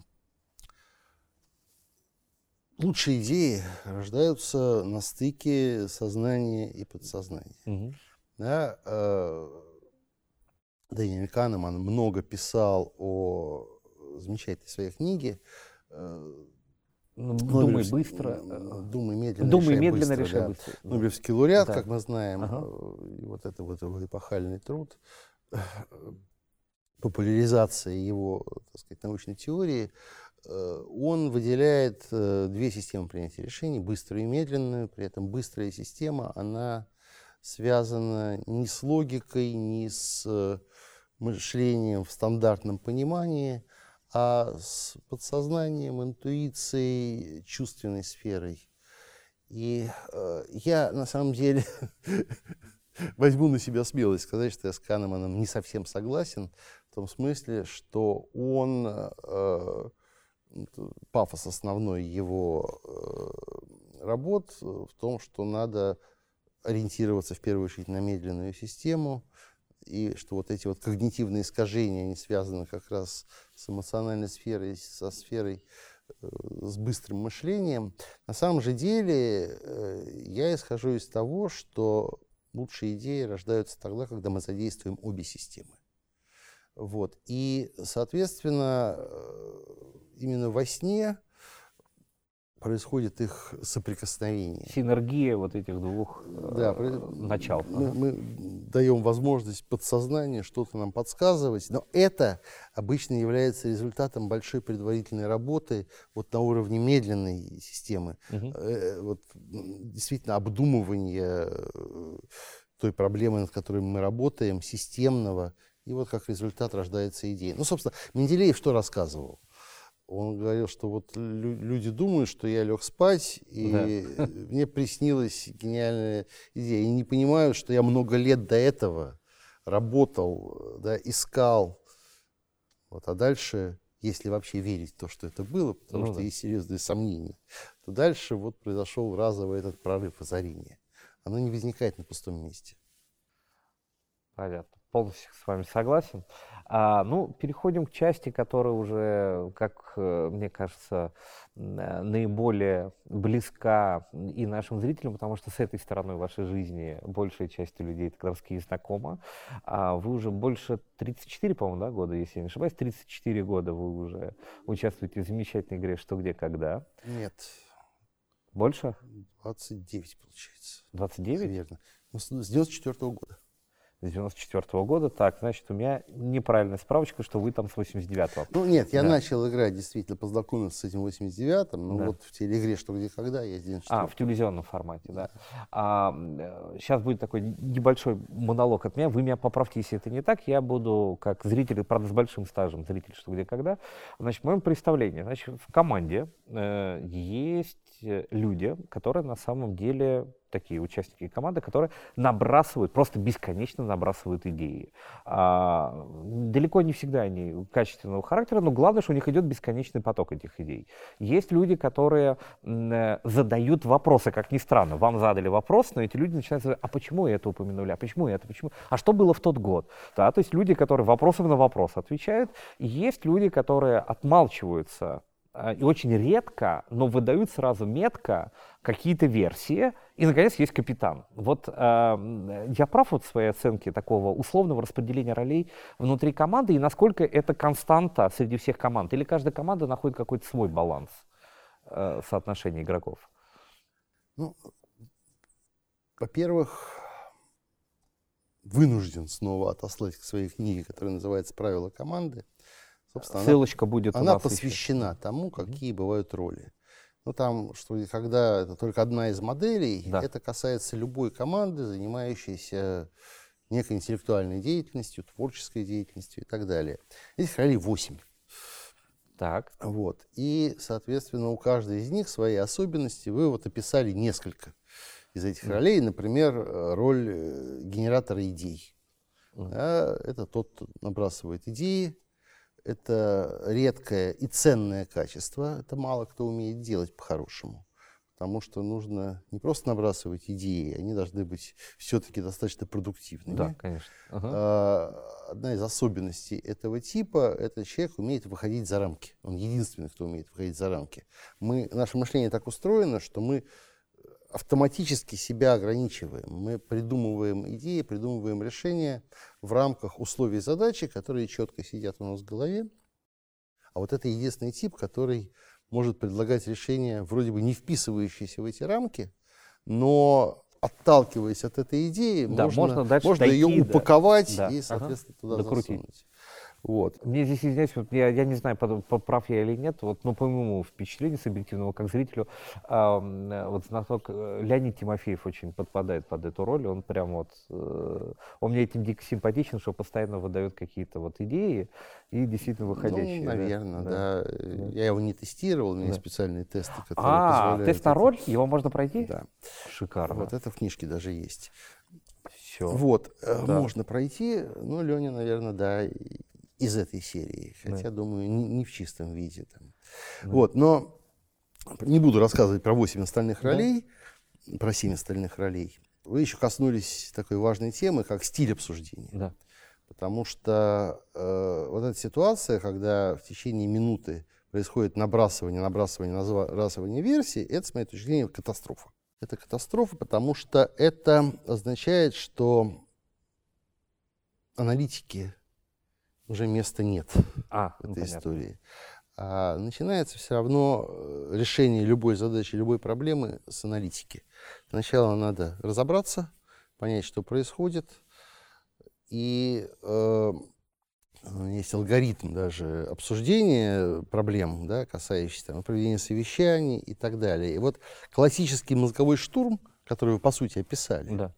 Лучшие идеи рождаются на стыке сознания и подсознания. Мгм. Да, э, Дэниел Канеман много писал о замечательной своей книге э, Ну, Думай Нобелевс- быстро. м, э, Думай медленно, Думай решай медленно, быстро. решай да. быстро. Да. Нобелевский лауреат, Да. как мы знаем, Ага. э, и вот это вот его эпохальный труд, э, популяризация его, так сказать, научной теории, э, он выделяет э, две системы принятия решений, быструю и медленную. При этом быстрая система, она связана не с логикой, не с э, мышлением в стандартном понимании, а с подсознанием, интуицией, чувственной сферой. И э, я, на самом деле, возьму на себя смелость сказать, что я с Канеманом не совсем согласен, в том смысле, что он э, пафос основной его э, работ в том, что надо ориентироваться в первую очередь на медленную систему, и что вот эти вот когнитивные искажения, они связаны как раз с эмоциональной сферой, со сферой, э, с быстрым мышлением. На самом же деле э, я исхожу из того, что лучшие идеи рождаются тогда, когда мы задействуем обе системы. Вот. И, соответственно, э, именно во сне происходит их соприкосновение. Синергия вот этих двух Да, э, начал. Мы, Ага. мы даем возможность подсознанию что-то нам подсказывать, но это обычно является результатом большой предварительной работы вот на уровне медленной системы. Мгм. Э, вот, м, действительно обдумывание э, той проблемы, над которой мы работаем, системного, и вот как результат рождается идея. Ну, собственно, Менделеев что рассказывал? Он говорил, что вот лю- люди думают, что я лег спать, и Да. мне приснилась гениальная идея. И не понимают, что я много лет до этого работал, да, искал. Вот, а дальше, если вообще верить в то, что это было, потому Ну что да. есть серьезные сомнения, то дальше вот произошел разовый этот прорыв, озарение. Оно не возникает на пустом месте. Понятно. Полностью с вами согласен. А, ну, переходим к части, которая уже, как э, мне кажется, н- э, наиболее близка и нашим зрителям, потому что с этой стороной вашей жизни большая часть людей так сказать, знакома. А вы уже больше тридцать четыре, по-моему, да, года, если я не ошибаюсь, тридцать четыре года вы уже участвуете в замечательной игре «Что, где, когда». Нет, Больше? двадцать девять получается. двадцать девять? Верно. Ну, с с девяносто четвёртого года. С девяносто четвёртого года. Так, значит, у меня неправильная справочка, что вы там с восемьдесят девятого. Ну нет, я Да. начал играть, действительно, познакомился с этим в восемьдесят девятом, но Да. вот в телеигре «Что, где, когда» я с девяносто четвёртого. А, в телевизионном формате, да. А, сейчас будет такой небольшой монолог от меня. Вы меня поправьте, если это не так. Я буду, как зритель, правда, с большим стажем, зритель «Что, где, когда». Значит, в моем представлении, значит, в команде э, есть люди, которые на самом деле такие участники команды, которые набрасывают, просто бесконечно набрасывают идеи. А, далеко не всегда они качественного характера, но главное, что у них идет бесконечный поток этих идей. Есть люди, которые м, э, задают вопросы, как ни странно. Вам задали вопрос, но эти люди начинают задавать, а почему это упомянули, а почему это, почему, а что было в тот год? Да, то есть люди, которые вопросом на вопрос отвечают. И есть люди, которые отмалчиваются э, и очень редко, но выдают сразу метко какие-то версии. И, наконец, есть капитан. Вот э, я прав вот в своей оценке такого условного распределения ролей внутри команды, и насколько это константа среди всех команд? Или каждая команда находит какой-то свой баланс э, соотношения игроков? Ну, во-первых, вынужден снова отослать к своей книге, которая называется «Правила команды». Собственно, она- Ссылочка будет у Она нас еще. посвящена тому, какие бывают роли. Ну, там, что и когда это только одна из моделей, Да. это касается любой команды, занимающейся некой интеллектуальной деятельностью, творческой деятельностью и так далее. Этих ролей восемь. Так. Вот. И, соответственно, у каждой из них свои особенности. Вы вот описали несколько из этих ролей. Например, э, роль э, генератора идей. Мгм. Да, это тот, кто набрасывает идеи. Это редкое и ценное качество. Это мало кто умеет делать по-хорошему. Потому что нужно не просто набрасывать идеи, они должны быть все-таки достаточно продуктивными. Да, конечно. Ага. А, Одна из особенностей этого типа — это человек умеет выходить за рамки. Он единственный, кто умеет выходить за рамки. Мы, наше мышление так устроено, что мы автоматически себя ограничиваем. Мы придумываем идеи, придумываем решения в рамках условий задачи, которые четко сидят у нас в голове. А вот это единственный тип, который может предлагать решения, вроде бы не вписывающиеся в эти рамки, но, отталкиваясь от этой идеи, Да, можно, можно дальше можно ее дойти, да. упаковать Да, и, ага, соответственно, туда докрутить. засунуть. Вот. Мне здесь, извиняюсь, вот я, я не знаю, под- по- прав я или нет, вот, но по моему впечатлению субъективному, как зрителю, ам, э, вот знаток э, Леонид Тимофеев очень подпадает под эту роль. Он прям вот, э, он мне этим дико симпатичен, что постоянно выдает какие-то вот идеи и действительно выходящие. Ну, да, наверное, да. да. Э, Я его не тестировал, у меня есть Да. специальные тесты, которые А, позволяют... тест на это- роль, его можно пройти? Да. Шикарно. Вот это в книжке даже есть. Все. Вот, э, Да. можно пройти, ну, Леня, наверное, да, и, из этой серии, хотя, Да. думаю, не, не в чистом виде. Там. Да. Вот, но не буду рассказывать про восемь остальных Да. ролей, про семь остальных ролей. Вы еще коснулись такой важной темы, как стиль обсуждения. Да. Потому что э, вот эта ситуация, когда в течение минуты происходит набрасывание, набрасывание, набрасывание версий, это, с моей точки зрения, катастрофа. Это катастрофа, потому что это означает, что аналитики уже места нет А, в ну, этой понятно. истории. А начинается все равно э, решение любой задачи, любой проблемы с аналитики. Сначала надо разобраться, понять, что происходит. И э, есть алгоритм даже обсуждения проблем, да, касающихся там, проведения совещаний и так далее. И вот классический мозговой штурм, который вы, по сути, описали, Да.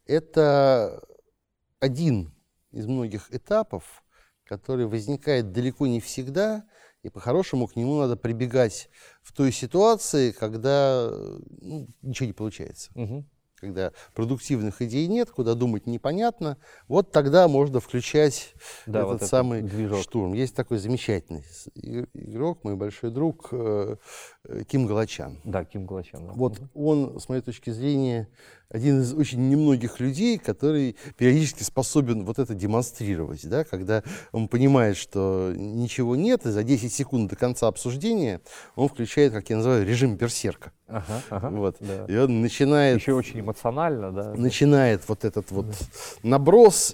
это один из многих этапов, который возникает далеко не всегда, и по-хорошему к нему надо прибегать в той ситуации, когда ну, ничего не получается. Мгм. Когда продуктивных идей нет, куда думать непонятно, вот тогда можно включать Да, этот вот этот самый движок. штурм. Есть такой замечательный с- и- игрок, мой большой друг э, э, Ким Галачян. Да, Ким Галачян. Да. Вот Мгм. он, с моей точки зрения, один из очень немногих людей, который периодически способен вот это демонстрировать, да, когда он понимает, что ничего нет, и за десять секунд до конца обсуждения он включает, как я называю, режим берсерка. Ага, ага. Вот. Да. И он начинает, Еще очень эмоционально, да. начинает вот этот вот наброс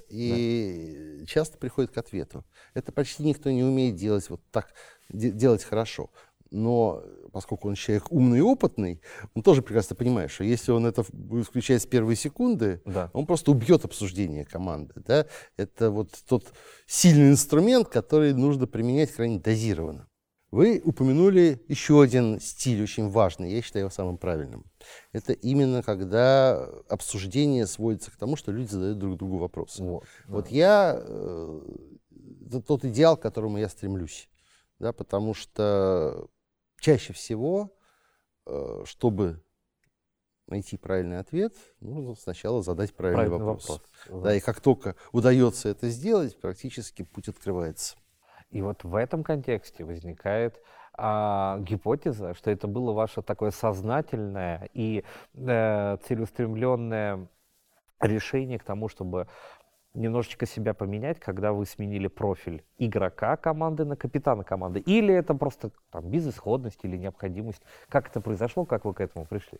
и часто приходит к ответу. Это почти никто не умеет делать вот так, де- делать хорошо. Но поскольку он человек умный и опытный, он тоже прекрасно понимает, что если он это будет включать с первой секунды, Да. он просто убьет обсуждение команды. Да? Это вот тот сильный инструмент, который нужно применять крайне дозированно. Вы упомянули еще один стиль, очень важный, я считаю его самым правильным. Это именно когда обсуждение сводится к тому, что люди задают друг другу вопросы. Вот, да. Вот я, э, это тот идеал, к которому я стремлюсь. Да, потому что чаще всего, э, чтобы найти правильный ответ, нужно сначала задать правильный, Правильный вопрос. вопрос. Да, и как только удается это сделать, практически путь открывается. И вот в этом контексте возникает а, гипотеза, что это было ваше такое сознательное и э, целеустремленное решение к тому, чтобы немножечко себя поменять, когда вы сменили профиль игрока команды на капитана команды. Или это просто там, безысходность или необходимость? Как это произошло, как вы к этому пришли?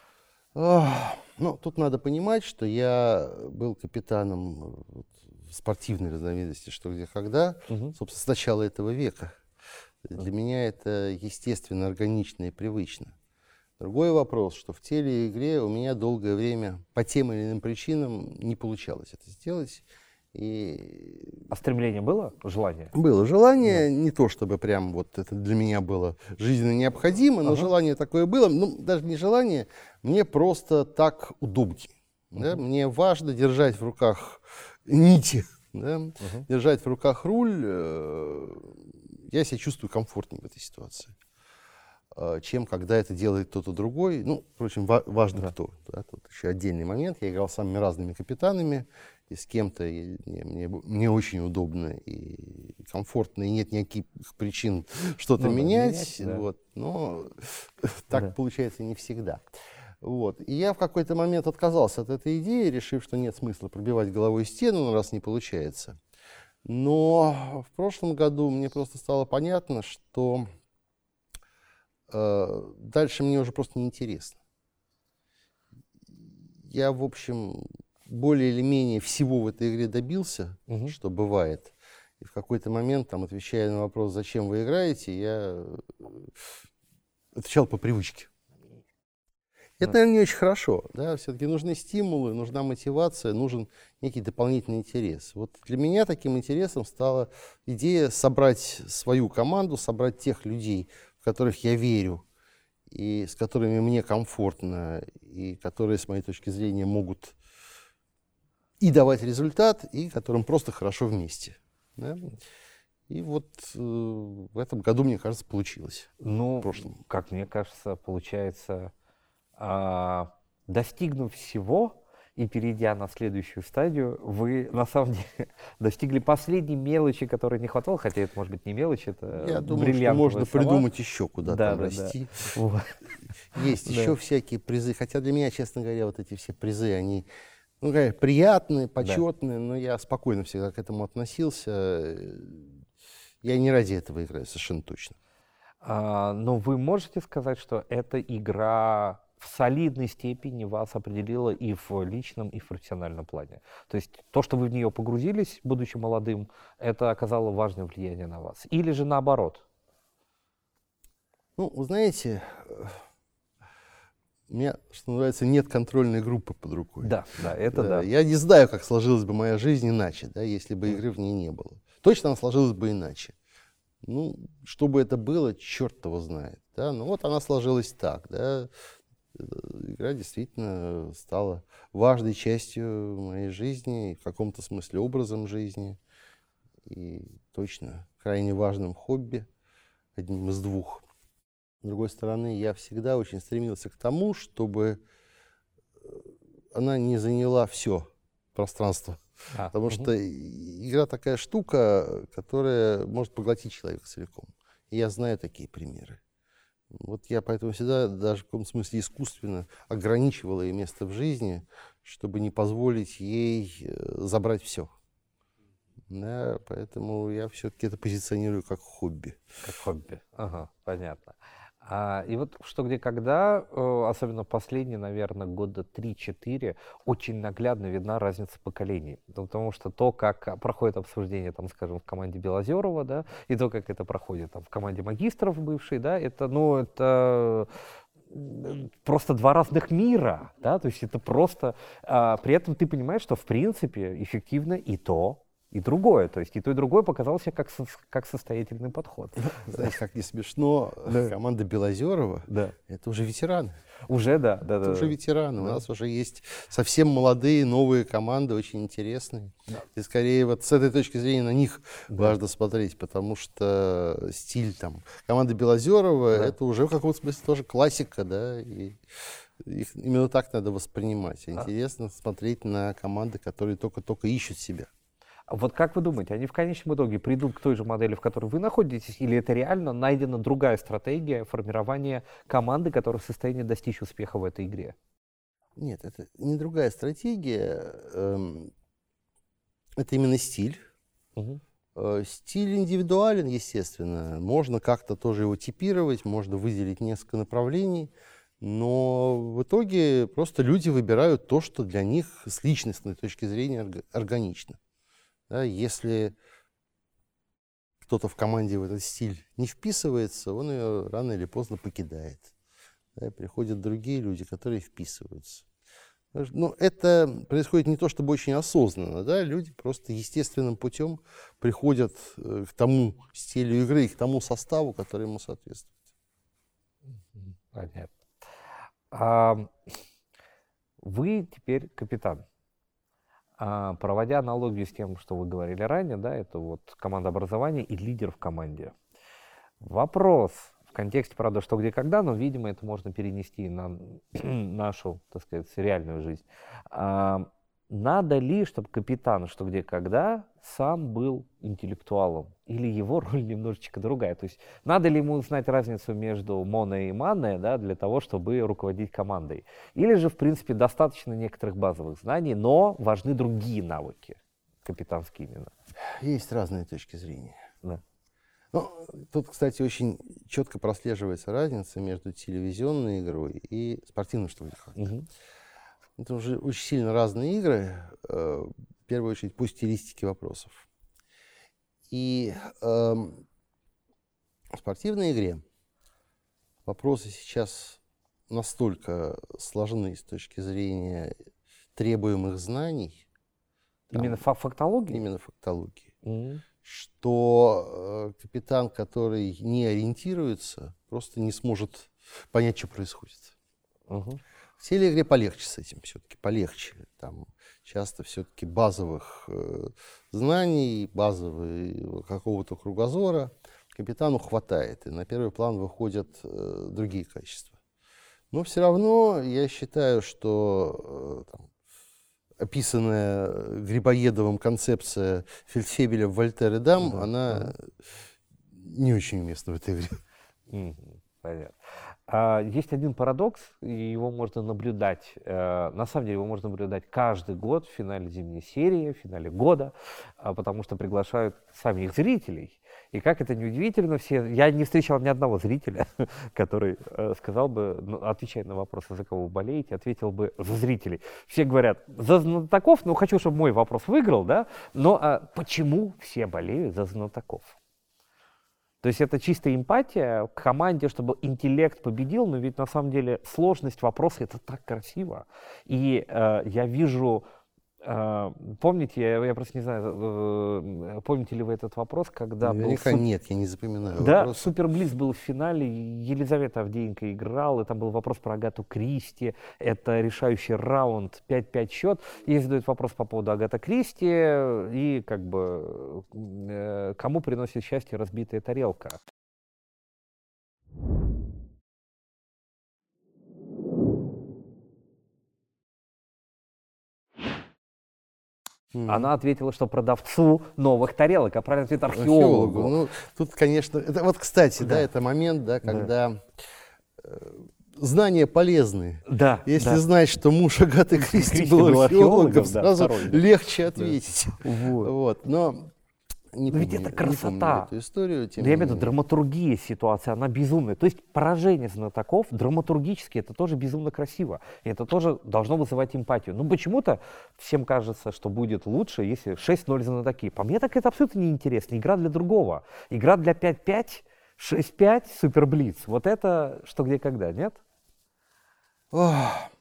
Ах, ну, тут надо понимать, что я был капитаном э, вот, в спортивной разновидности «Что, где, когда», Мгм. собственно, с начала этого века. Для меня это естественно, органично и привычно. Другой вопрос, что в теле и игре у меня долгое время по тем или иным причинам не получалось это сделать. И А стремление было, желание? было желание, не то чтобы прям вот это для меня было жизненно необходимо, но Ага. желание такое было. Ну, даже не желание, мне просто так удобнее. Да? Мне важно держать в руках нити, да? Мгм. держать в руках руль. э, Я себя чувствую комфортнее в этой ситуации, э, чем когда это делает кто-то другой. Ну, впрочем, ва- важно Да. кто. Да? Тут еще отдельный момент. Я играл с самыми разными капитанами. И с кем-то и мне, мне, бу- мне очень удобно и комфортно, и нет никаких причин что-то Ну да, менять. менять, да. Вот. Но так Да. получается не всегда. Вот. И я в какой-то момент отказался от этой идеи, решив, что нет смысла пробивать головой стену, ну, раз не получается. Но в прошлом году мне просто стало понятно, что э, дальше мне уже просто неинтересно. Я, в общем, более или менее всего в этой игре добился, Мгм. что бывает. И в какой-то момент, там, отвечая на вопрос, зачем вы играете, я э, отвечал по привычке. Это, Да. наверное, не очень хорошо. Да? Все-таки нужны стимулы, нужна мотивация, нужен некий дополнительный интерес. Вот для меня таким интересом стала идея собрать свою команду, собрать тех людей, в которых я верю, и с которыми мне комфортно, и которые, с моей точки зрения, могут и давать результат, и которым просто хорошо вместе. Да? И вот э, в этом году, мне кажется, получилось. Ну, В прошлом. как мне кажется, получается, а, достигнув всего и перейдя на следующую стадию, вы на самом деле достигли последней мелочи, которой не хватало, хотя это может быть не мелочь, это Я думаю, что бриллиантовая можно сова. придумать еще, куда Да, там да, расти. да. Вот. Есть Да. еще всякие призы. Хотя для меня, честно говоря, вот эти все призы, они ну, конечно, приятные, почетные, но я спокойно всегда к этому относился. Я не ради этого играю, совершенно точно. А, но вы можете сказать, что эта игра в солидной степени вас определила и в личном, и в профессиональном плане? То есть то, что вы в нее погрузились, будучи молодым, это оказало важное влияние на вас? Или же наоборот? Ну, вы знаете, у меня, что называется, нет контрольной группы под рукой. Да, да, это да. Я не знаю, как сложилась бы моя жизнь иначе, да, если бы игры в ней не было. Точно она сложилась бы иначе. Ну, что бы это было, черт его знает. Да? Ну вот она сложилась так. Да? Игра действительно стала важной частью моей жизни, в каком-то смысле образом жизни. И точно крайне важным хобби, одним из двух. С другой стороны, я всегда очень стремился к тому, чтобы она не заняла все пространство. А, Потому угу. что игра такая штука, которая может поглотить человека целиком. И я знаю такие примеры. Вот я поэтому всегда, даже в каком-то смысле искусственно, ограничивал ее место в жизни, чтобы не позволить ей забрать все. Да, поэтому я все-таки это позиционирую как хобби. Как хобби, ага, понятно. А, и вот что, где, когда, особенно последние, наверное, года три-четыре, очень наглядно видна разница поколений. Потому что то, как проходит обсуждение, там, скажем, в команде Белозерова, да, и то, как это проходит там, в команде магистров бывшей, да, это, ну, это просто два разных мира, да, то есть это просто... А, при этом ты понимаешь, что, в принципе, эффективно и то, и другое, то есть и то, и другое показалось как, со, как состоятельный подход. Знаешь, как не смешно, да. Команда Белозерова, да. это уже ветераны. Уже, да. да это да, уже да. ветераны. Да. У нас уже есть совсем молодые, новые команды, очень интересные. Да. И скорее вот с этой точки зрения на них да. важно смотреть, потому что стиль там команды Белозерова, да. это уже в каком-то смысле тоже классика, да, и их именно так надо воспринимать. Интересно а. смотреть на команды, которые только-только ищут себя. Вот как вы думаете, они в конечном итоге придут к той же модели, в которой вы находитесь, или это реально найдена другая стратегия формирования команды, которая в состоянии достичь успеха в этой игре? Нет, это не другая стратегия, это именно стиль. Угу. Стиль индивидуален, естественно, можно как-то тоже его типировать, можно выделить несколько направлений, но в итоге просто люди выбирают то, что для них с личностной точки зрения органично. Да, если кто-то в команде в этот стиль не вписывается, он ее рано или поздно покидает. Да, и приходят другие люди, которые вписываются. Но это происходит не то чтобы очень осознанно. Да? Люди просто естественным путем приходят к тому стилю игры и к тому составу, который ему соответствует. Понятно. А, вы теперь капитан. Проводя аналогию с тем, что вы говорили ранее, да, это вот команда образования и лидер в команде. Вопрос в контексте, правда, что, где, когда, но, видимо, это можно перенести на нашу, так сказать, реальную жизнь. А, надо ли, чтобы капитан, что, где, когда, сам был интеллектуалом? Или его роль немножечко другая? То есть надо ли ему знать разницу между моно и мане, да, для того, чтобы руководить командой? Или же, в принципе, достаточно некоторых базовых знаний, но важны другие навыки, капитанские именно? Есть разные точки зрения. Да. Ну, тут, кстати, очень четко прослеживается разница между телевизионной игрой и спортивным что-то. Угу. Это уже очень сильно разные игры, в первую очередь по стилистике вопросов. И э, в спортивной игре вопросы сейчас настолько сложны с точки зрения требуемых знаний. Именно там, фактологии? Именно фактологии. Mm-hmm. Что э, капитан, который не ориентируется, просто не сможет понять, что происходит. Uh-huh. В телеигре полегче с этим все-таки, полегче. Там часто все-таки базовых э, знаний, базового какого-то кругозора капитану хватает. И на первый план выходят э, другие качества. Но все равно я считаю, что э, там, описанная Грибоедовым концепция Фельдфебеля в «Вольтер и Дам», Да, она да. не очень уместна в этой игре. Мгм, понятно. А, Есть один парадокс, и его можно наблюдать. э, На самом деле его можно наблюдать каждый год в финале зимней серии, в финале года, а, потому что приглашают самих зрителей. И как это неудивительно, все, я не встречал ни одного зрителя, который э, сказал бы, ну, отвечая на вопрос, за кого вы болеете, ответил бы за зрителей. Все говорят, за знатоков, ну хочу, чтобы мой вопрос выиграл, да, но а почему все болеют за знатоков? То есть это чистая эмпатия к команде, чтобы интеллект победил, но ведь на самом деле сложность вопроса — это так красиво. И э, я вижу, э, помните, я, я просто не знаю, э, помните ли вы этот вопрос, когда был Наверняка суп- нет, я не запоминаю да, вопрос. Суперблиц был в финале, Елизавета Авдеенко играл, и там был вопрос про Агату Кристи, это решающий раунд, пять-пять счет. Ей задают вопрос по поводу Агаты Кристи, и как бы э, кому приносит счастье разбитая тарелка. Мгм. Она ответила, что продавцу новых тарелок, а правильный ответ — Археологу. археологу. Ну, тут, конечно, это вот, кстати, да, Да. это момент, да, когда э, знания полезны. Да, Если да. знать, что муж Агаты Кристи Кристи был был археологом, археологом, да, сразу второй, да. легче ответить. Вот. Вот. Но не Но ведь помню- это не красота. помню эту историю. Тем Да, я не имею в виду, менее. драматургия ситуации, она безумная. То есть поражение знатоков драматургически — это тоже безумно красиво. И это тоже должно вызывать эмпатию. Ну почему-то всем кажется, что будет лучше, если шесть ноль знатоки. По мне так это абсолютно неинтересно. Игра для другого. Игра для пять-пять, шесть-пять, суперблиц. Вот это что, где, когда, нет? Ох.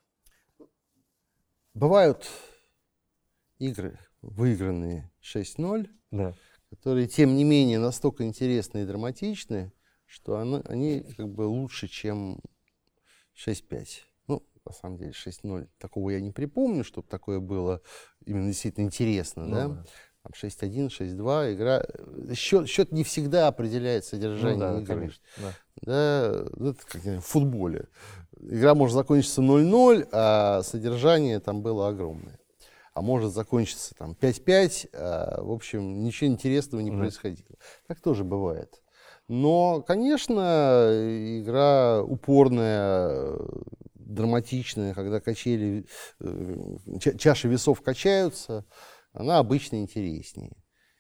Бывают игры, выигранные шесть ноль, Да. которые, тем не менее, настолько интересны и драматичны, что она- они как бы лучше, чем шесть пять. Ну, на самом деле, шесть ноль. Такого я не припомню, чтобы такое было именно действительно интересно. Ну да? да. Там шесть один, шесть два. Игра... Счет, счет не всегда определяет Ну содержание да, игры. конечно. Да. Да, ну, это как в футболе. Игра может закончиться ноль ноль, а содержание там было огромное. А может закончиться там пять пять, а, в общем, ничего интересного не Мгм. происходило. Так тоже бывает. Но, конечно, игра упорная, драматичная, когда качели, э, ча- чаши весов качаются, она обычно интереснее.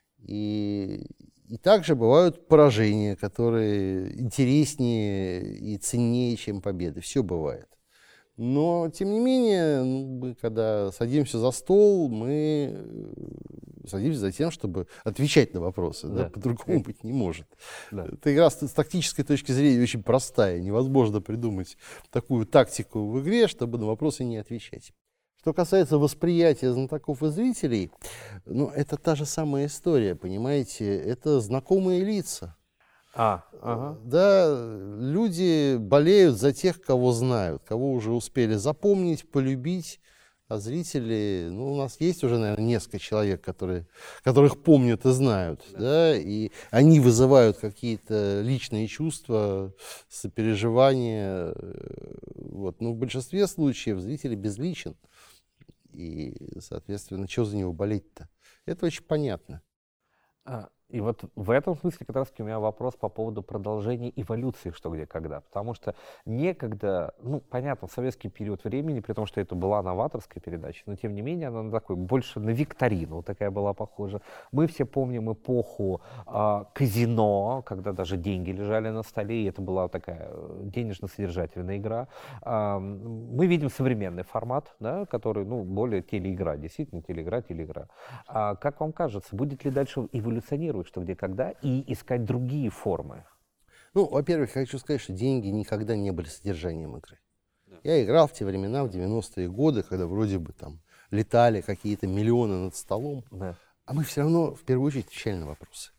И, и также бывают поражения, которые интереснее и ценнее, чем победы. Все бывает. Но, тем не менее, ну, мы, когда садимся за стол, мы э, садимся за тем, чтобы отвечать на вопросы. Да. Да. По-другому быть не может. Да. Эта игра с, с тактической точки зрения очень простая. Невозможно придумать такую тактику в игре, чтобы на вопросы не отвечать. Что касается восприятия знатоков и зрителей, ну, это та же самая история, понимаете? Это знакомые лица. А, ага. Да, люди болеют за тех, кого знают, кого уже успели запомнить, полюбить, а зрители, ну, у нас есть уже, наверное, несколько человек, которые, которых помнят и знают, да, и они вызывают какие-то личные чувства, сопереживания, э, вот. Но в большинстве случаев зритель безличен, и, соответственно, что за него болеть-то? Это очень понятно. А, И вот в этом смысле как раз у меня вопрос по поводу продолжения эволюции «Что, где, когда». Потому что некогда, ну, понятно, в советский период времени, при том, что это была новаторская передача, но тем не менее она такой, больше на викторину вот такая была похожа. Мы все помним эпоху а, казино, когда даже деньги лежали на столе, и это была такая э, денежно-содержательная игра. А, мы видим современный формат, да, который, ну, более телеигра, действительно телеигра, телеигра. А как вам кажется, будет ли дальше эволюционировать «Что, где, когда» и искать другие формы? Ну, во-первых, я хочу сказать, что деньги никогда не были содержанием игры. Я играл в те времена, в девяностые годы, когда вроде бы там летали какие-то миллионы над столом, Да. а мы все равно в первую очередь отвечали на вопросы.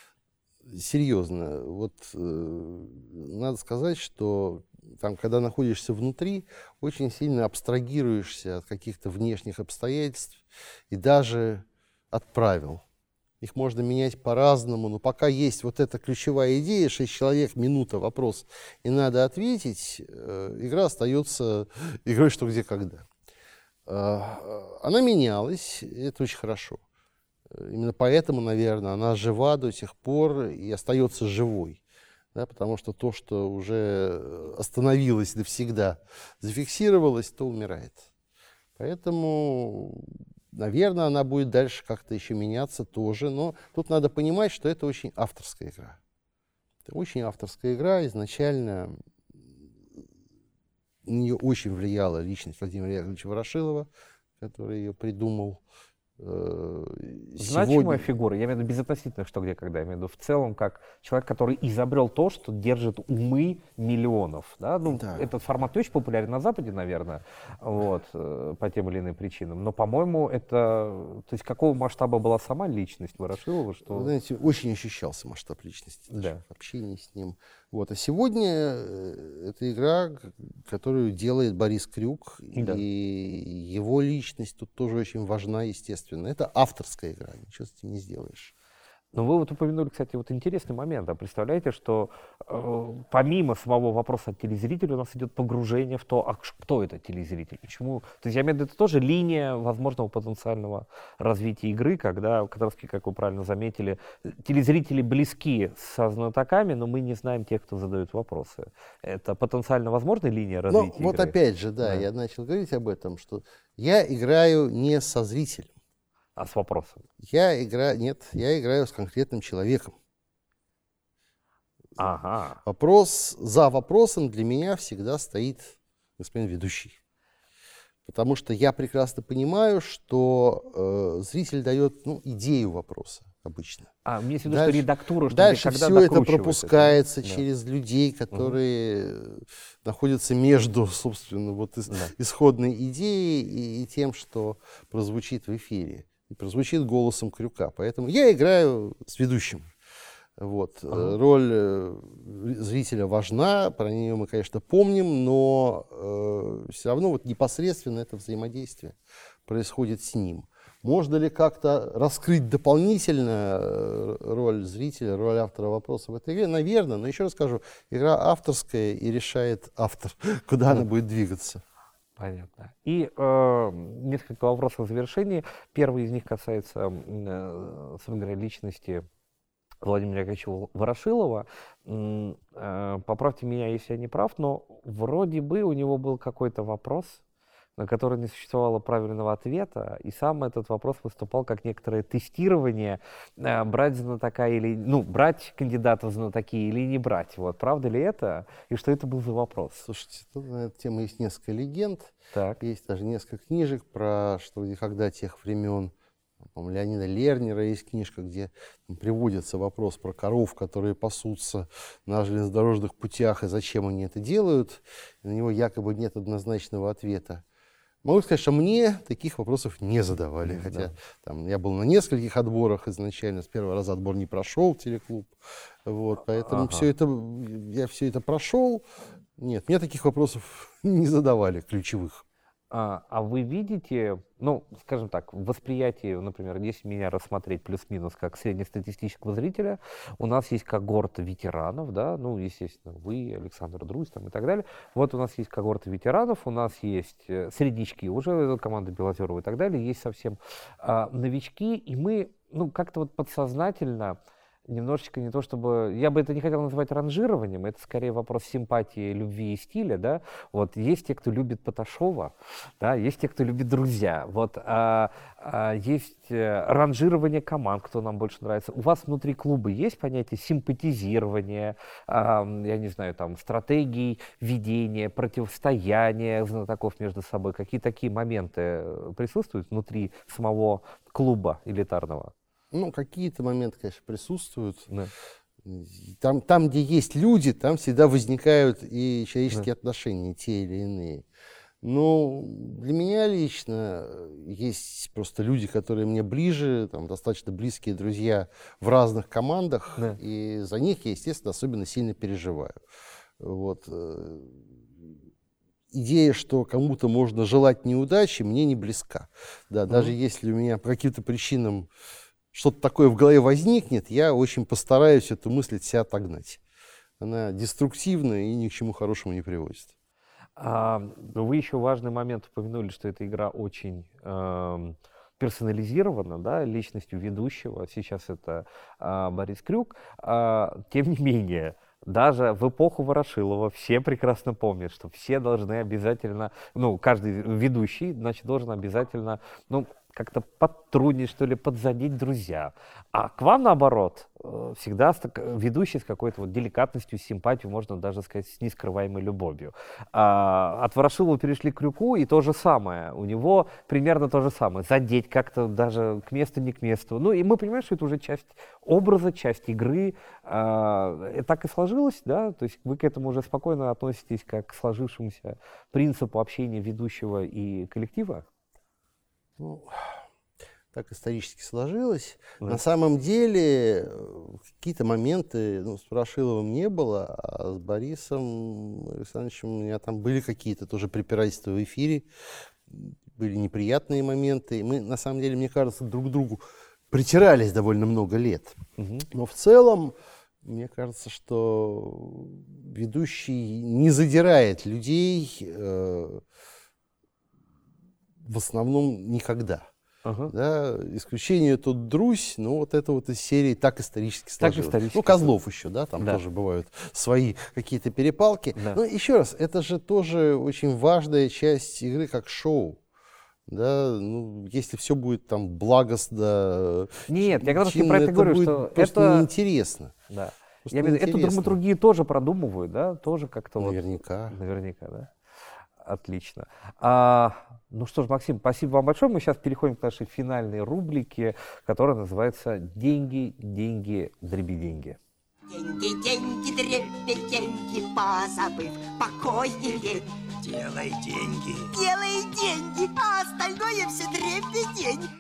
Серьезно, вот э, надо сказать, что там, когда находишься внутри, очень сильно абстрагируешься от каких-то внешних обстоятельств и даже от правил. Их можно менять по-разному, но пока есть вот эта ключевая идея, шесть человек, минута, вопрос, и надо ответить, э, игра остается игрой «Что, где, когда». Она менялась, и это очень хорошо. Именно поэтому, наверное, она жива до сих пор и остается живой. Да, потому что то, что уже остановилось навсегда, зафиксировалось, то умирает. Поэтому, наверное, она будет дальше как-то еще меняться тоже. Но тут надо понимать, что это очень авторская игра. Это очень авторская игра. Изначально на нее очень влияла личность Владимира Яковлевича Ворошилова, который ее придумал. Значимая Сегодня... фигура, я имею в виду безотносительно что, где, когда, я имею в виду в целом, как человек, который изобрел то, что держит умы миллионов. Да? Ну, Да. Этот формат не очень популярен на Западе, наверное, вот, по тем или иным причинам. Но, по-моему, это... То есть какого масштаба была сама личность Ворошилова? Что... Вы знаете, очень ощущался масштаб личности даже Да. в общении с ним. Вот. А сегодня это игра, которую делает Борис Крюк, Да. и его личность тут тоже очень важна, естественно. Это авторская игра, ничего с этим не сделаешь. Но вы вот упомянули, кстати, вот интересный момент. А представляете, что э, помимо самого вопроса от телезрителя у нас идет погружение в то, а кто это телезритель, почему. То есть я имею в виду, это тоже линия возможного потенциального развития игры, когда, как раз, как вы правильно заметили, телезрители близки со знатоками, но мы не знаем тех, кто задает вопросы. Это потенциально возможная линия развития Ну, вот игры? опять же, да, Да. я начал говорить об этом, что я играю не со зрителем. А с вопросом? Я играю, нет, я играю с конкретным человеком. Ага. Вопрос, за вопросом для меня всегда стоит господин ведущий. Потому что я прекрасно понимаю, что э, зритель дает ну, идею вопроса обычно. А мне в виду, Дальше- что редактура, что Дальше когда все это докручивает пропускается Да. через людей, которые находятся между, собственно, вот ис- Да. исходной идеей и, и тем, что прозвучит в эфире. И прозвучит голосом Крюка. Поэтому я играю с ведущим. Вот. Ага. Роль э, зрителя важна, про нее мы, конечно, помним, но э, все равно вот непосредственно это взаимодействие происходит с ним. Можно ли как-то раскрыть дополнительно э, роль зрителя, роль автора вопроса в этой игре? Наверное, но еще раз скажу, игра авторская и решает автор, куда она будет двигаться. Понятно. И э, несколько вопросов в завершении. Первый из них касается, э, собственно говоря, личности Владимира Яковлевича Ворошилова. М, э, поправьте меня, если я не прав, но вроде бы у него был какой-то вопрос, на который не существовало правильного ответа, и сам этот вопрос выступал как некоторое тестирование, э, брать знатока или, ну, брать кандидата в знатоки или не брать. Вот, правда ли это? И что это был за вопрос? Слушайте, тут на эту тему есть несколько легенд, Так. есть даже несколько книжек про что и когда тех времен. По-моему, Леонида Лернера есть книжка, где там приводится вопрос про коров, которые пасутся на железнодорожных путях, и зачем они это делают. И на него якобы нет однозначного ответа. Могу сказать, что мне таких вопросов не задавали, Да. хотя там, я был на нескольких отборах изначально, с первого раза отбор не прошел в телеклуб, вот, поэтому Ага. все это, я все это прошел. Нет, мне таких вопросов не задавали, ключевых. А, а вы видите, ну, скажем так, в восприятии, например, если меня рассмотреть плюс-минус как среднестатистического зрителя, у нас есть когорта ветеранов, да, ну, естественно, вы, Александр Друзь там и так далее. Вот у нас есть когорта ветеранов, у нас есть э, среднячки уже, команда Белозерова и так далее, есть совсем а, новички, и мы, ну, как-то вот подсознательно немножечко не то чтобы... Я бы это не хотел называть ранжированием, это скорее вопрос симпатии, любви и стиля, да. Вот есть те, кто любит Поташова, да, есть те, кто любит Друзья. Вот а, а, есть э, ранжирование команд, кто нам больше нравится. У вас внутри клуба есть понятие симпатизирования, а, я не знаю, там, стратегий ведения, противостояния знатоков между собой? Какие такие моменты присутствуют внутри самого клуба элитарного? Ну, какие-то моменты, конечно, присутствуют. Да. Там, там, где есть люди, там всегда возникают и человеческие Да. отношения, те или иные. Но для меня лично есть просто люди, которые мне ближе, там, достаточно близкие друзья в разных командах, Да. и за них я, естественно, особенно сильно переживаю. Вот. Идея, что кому-то можно желать неудачи, мне не близка. Да, Мгм. даже если у меня по каким-то причинам что-то такое в голове возникнет, я очень постараюсь эту мысль от себя отогнать. Она деструктивна и ни к чему хорошему не приводит. А, вы еще важный момент упомянули, что эта игра очень эм, персонализирована, да, личностью ведущего. Сейчас это а, Борис Крюк. А, тем не менее, даже в эпоху Ворошилова все прекрасно помнят, что все должны обязательно, ну, каждый ведущий, значит, должен обязательно, ну, как-то подтрунить, что ли, подзадеть друзья. А к вам, наоборот, э, всегда с так- ведущий с какой-то вот деликатностью, симпатией, можно даже сказать, с нескрываемой любовью. А, от Ворошилова перешли к Крюку, и то же самое. У него примерно то же самое. Задеть как-то даже к месту, не к месту. Ну, и мы понимаем, что это уже часть образа, часть игры. А, и так и сложилось, да? То есть вы к этому уже спокойно относитесь как к сложившемуся принципу общения ведущего и коллектива? Ну, так исторически сложилось. Да. На самом деле э, какие-то моменты, ну, с Ворошиловым не было, а с Борисом Александровичем у меня там были какие-то тоже препирательства в эфире, были неприятные моменты. И мы, на самом деле, мне кажется, друг к другу притирались довольно много лет. Мгм. Но в целом, мне кажется, что ведущий не задирает людей э, в основном никогда. Ага. Да, исключение тут Друзь, но вот это вот из серии так исторически Так сложилось. исторически Ну, Козлов еще, да, там Да. тоже бывают свои какие-то перепалки. Да. Но еще раз, это же тоже очень важная часть игры как шоу. Да, ну, если все будет там благостно, Нет, я как раз чинно, про это говорю, будет что просто это... неинтересно. Да. Просто Я имею в виду, эту неинтересно. драматургию тоже продумывают, да? Тоже как-то вот... Наверняка. Наверняка, да? Отлично. А, ну что ж, Максим, спасибо вам большое. Мы сейчас переходим к нашей финальной рубрике, которая называется «Деньги, деньги, дребеденьги». Деньги, деньги, дребеденьги, позабыв покой и лень. Делай деньги. Делай деньги, а остальное все дребедень.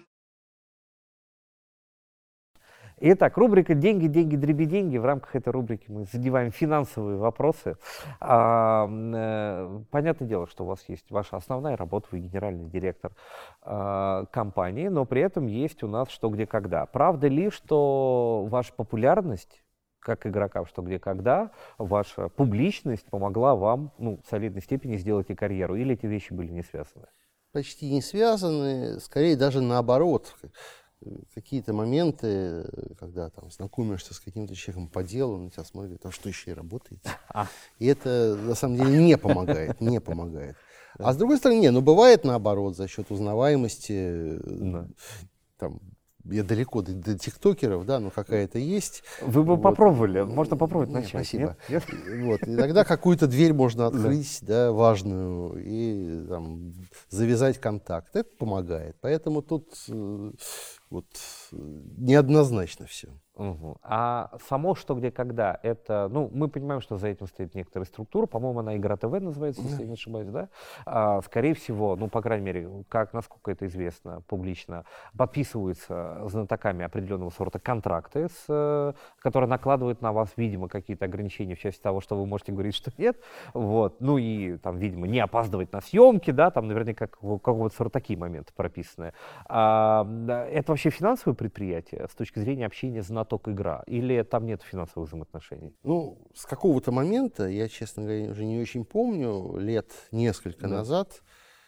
Итак, рубрика «Деньги, деньги, дребеденьги». В рамках этой рубрики мы задеваем финансовые вопросы. А, э, понятное дело, что у вас есть ваша основная работа, вы генеральный директор а, компании, но при этом есть у нас «Что, где, когда». Правда ли, что ваша популярность как игрока в «Что, где, когда», ваша публичность помогла вам, ну, в солидной степени сделать и карьеру? Или эти вещи были не связаны? Почти не связаны, скорее даже наоборот. Какие-то моменты, когда там знакомишься с каким-то человеком по делу, на тебя смотрят, говорят, а что еще и работает? А. И это на самом деле не помогает, не помогает. А с другой стороны, не, ну бывает наоборот, за счет узнаваемости, Да. там, я далеко до, до тиктокеров, да, но какая-то есть. Вы бы Вот. попробовали, можно попробовать Не, начать. спасибо. Нет? Вот. И тогда какую-то дверь можно открыть, да, важную, и там, завязать контакт. Это помогает. Поэтому тут э, вот, э, неоднозначно все. Мгм. А само «Что, где, когда» — это, ну, мы понимаем, что за этим стоит некоторая структура, по-моему, она «Игра ТВ» называется, если я не ошибаюсь, да? А, скорее всего, ну, по крайней мере, как, насколько это известно публично, подписываются знатоками определенного сорта контракты, с, э, которые накладывают на вас, видимо, какие-то ограничения в части того, что вы можете говорить, что нет, вот, ну и, там, видимо, не опаздывать на съемки, да, там, наверняка, какого- какого-то сорта такие моменты прописаны. А, да, это вообще финансовое предприятие с точки зрения общения знатоков игра, или там нет финансовых взаимоотношений? Ну, с какого-то момента, я, честно говоря, уже не очень помню, лет несколько Да. назад,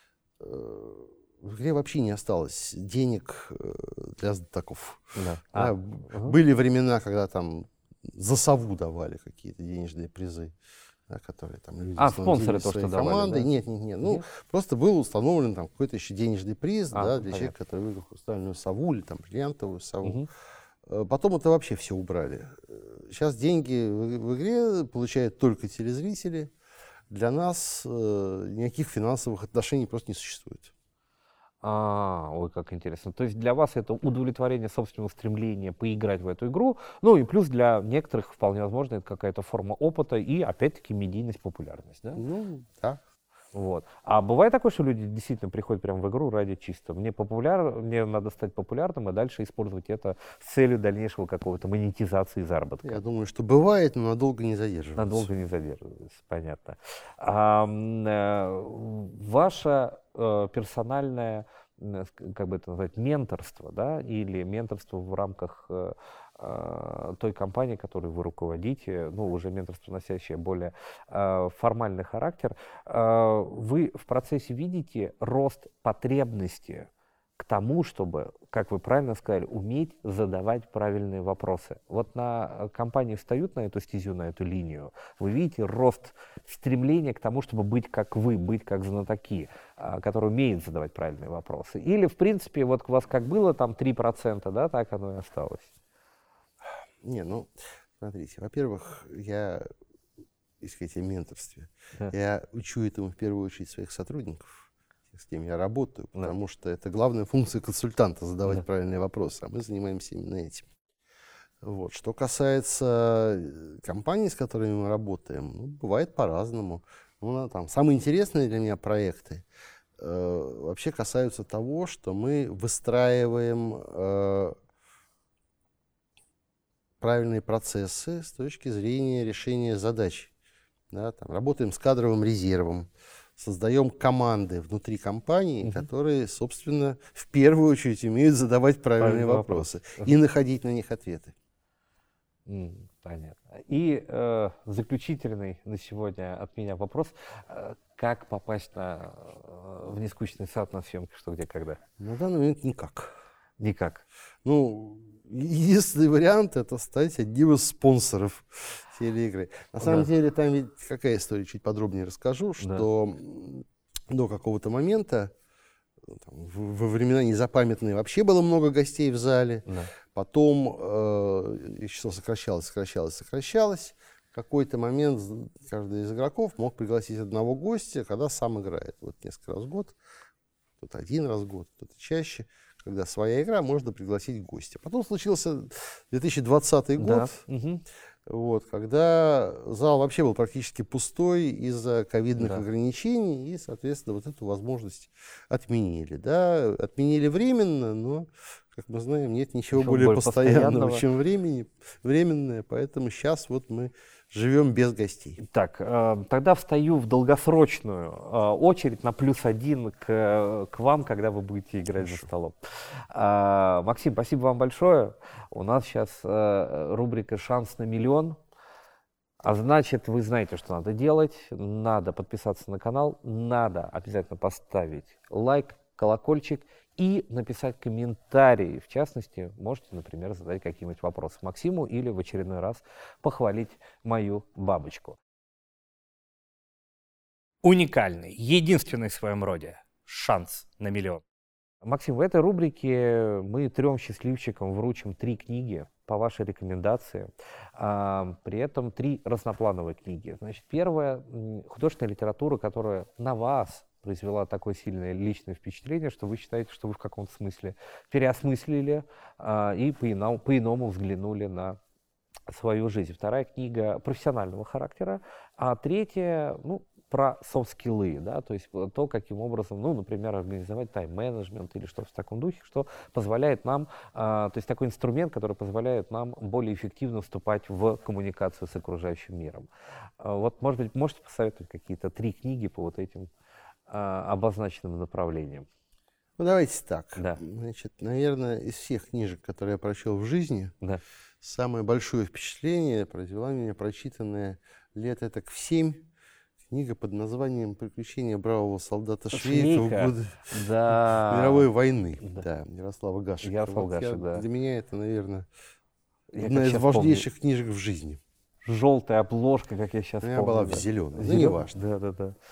э, в игре вообще не осталось денег э, для знатоков. Да. Да, А, б- ага. Были времена, когда там за сову давали какие-то денежные призы, да, которые там люди А, снабдили спонсоры то, своей что давали, командой. да? Нет, нет, нет. Ну, Нет? просто был установлен там какой-то еще денежный приз, А, да, ну, для понятно. человека, который выиграл хрустальную сову или там бриллиантовую сову. Мгм. Э, Потом это вообще все убрали. Сейчас деньги в в игре получают только телезрители. Для нас э, никаких финансовых отношений просто не существует. А, ой, как интересно. То есть для вас это удовлетворение собственного стремления поиграть в эту игру, ну и плюс для некоторых вполне возможно это какая-то форма опыта и опять-таки медийность, популярность, да? Ну, да. Вот. А бывает такое, что люди действительно приходят прямо в игру ради чисто мне популяр, мне надо стать популярным, а дальше использовать это с целью дальнейшего какого-то монетизации заработка. Я думаю, что бывает, но надолго не задерживается. Надолго не задерживаюсь, понятно. А, м, э, ваше э, персональное, м, ск- как бы это назвать, менторство, да, или менторство в рамках э, э, той компании, которой вы руководите, ну, уже менторство-носящее более э, формальный характер, э, вы в процессе видите рост потребности к тому, чтобы, как вы правильно сказали, уметь задавать правильные вопросы. Вот на компании встают на эту стезю, на эту линию, вы видите рост стремления к тому, чтобы быть как вы, быть как знатоки, которые умеют задавать правильные вопросы. Или, в принципе, вот у вас как было там три процента, да, так оно и осталось? Не, ну, смотрите, во-первых, я, если говорить о менторстве, Да. я учу этому в первую очередь своих сотрудников, с кем я работаю, Да. потому что это главная функция консультанта — задавать Да. правильные вопросы, а мы занимаемся именно этим. Вот. Что касается компаний, с которыми мы работаем, ну, бывает по-разному. Ну, там, самые интересные для меня проекты э, вообще касаются того, что мы выстраиваем э, правильные процессы с точки зрения решения задач. Да, там, работаем с кадровым резервом, создаем команды внутри компании, Мгм. которые, собственно, в первую очередь умеют задавать правильные Правильный вопросы вопрос. и находить на них ответы. М, Понятно. И э, заключительный на сегодня от меня вопрос. Э, как попасть на, э, в нескучный сад на съемки «Что, где, когда»? На данный момент никак. Никак. Ну, единственный вариант — это стать одним из спонсоров телеигры. На самом Да. деле, там ведь какая история, чуть подробнее расскажу, что м, до какого-то момента, ну, там, в- во времена незапамятные, вообще было много гостей в зале. Да. Потом э, их число сокращалось, сокращалось, сокращалось. В какой-то момент з- каждый из игроков мог пригласить одного гостя, когда сам играет. Вот несколько раз в год, кто-то один раз в год, кто-то чаще. Когда своя игра, можно пригласить гостя. Потом случился две тысячи двадцатый год, Да. Мгм. вот, когда зал вообще был практически пустой из-за ковидных Да. ограничений, и, соответственно, вот эту возможность отменили. Да? Отменили временно, но, как мы знаем, нет ничего Ничего более более постоянного, постоянного. чем времени, временное, поэтому сейчас вот мы живем без гостей. Так, э, тогда встаю в долгосрочную э, очередь на плюс один к, к вам, когда вы будете играть за столом. А, Максим, спасибо вам большое. У нас сейчас э, рубрика «Шанс на миллион». А значит, вы знаете, что надо делать. Надо подписаться на канал, надо обязательно поставить лайк, колокольчик и написать комментарии. В частности, можете, например, задать какие-нибудь вопросы Максиму или в очередной раз похвалить мою бабочку. Уникальный, единственный в своем роде шанс на миллион. Максим, в этой рубрике мы трем счастливчикам вручим три книги по вашей рекомендации. А, при этом три разноплановые книги. Значит, первая м, художественная литература, которая на вас произвела такое сильное личное впечатление, что вы считаете, что вы в каком-то смысле переосмыслили а, и по-иному, по-иному взглянули на свою жизнь. Вторая книга профессионального характера, а третья, ну, про софт-скиллы, да, то есть то, каким образом, ну, например, организовать тайм-менеджмент или что-то в таком духе, что позволяет нам, а, то есть такой инструмент, который позволяет нам более эффективно вступать в коммуникацию с окружающим миром. А, вот, может быть, можете посоветовать какие-то три книги по вот этим а, обозначенным направлениям? Ну, давайте так. Да. Значит, наверное, из всех книжек, которые я прочел в жизни, Да. самое большое впечатление произвела на меня прочитанная лет этак в семь книга под названием «Приключения бравого солдата Швейка в Швейка. годы Да. мировой войны». Да. Да, Ярослава Гашека. Ярослав Вот я- Гашек, да. Для меня это, наверное, Я одна как из щас важнейших книжек в жизни. Желтая обложка, как я сейчас Она помню. была в да. зеленой, ну, Зелёная? неважно. Да, да, да.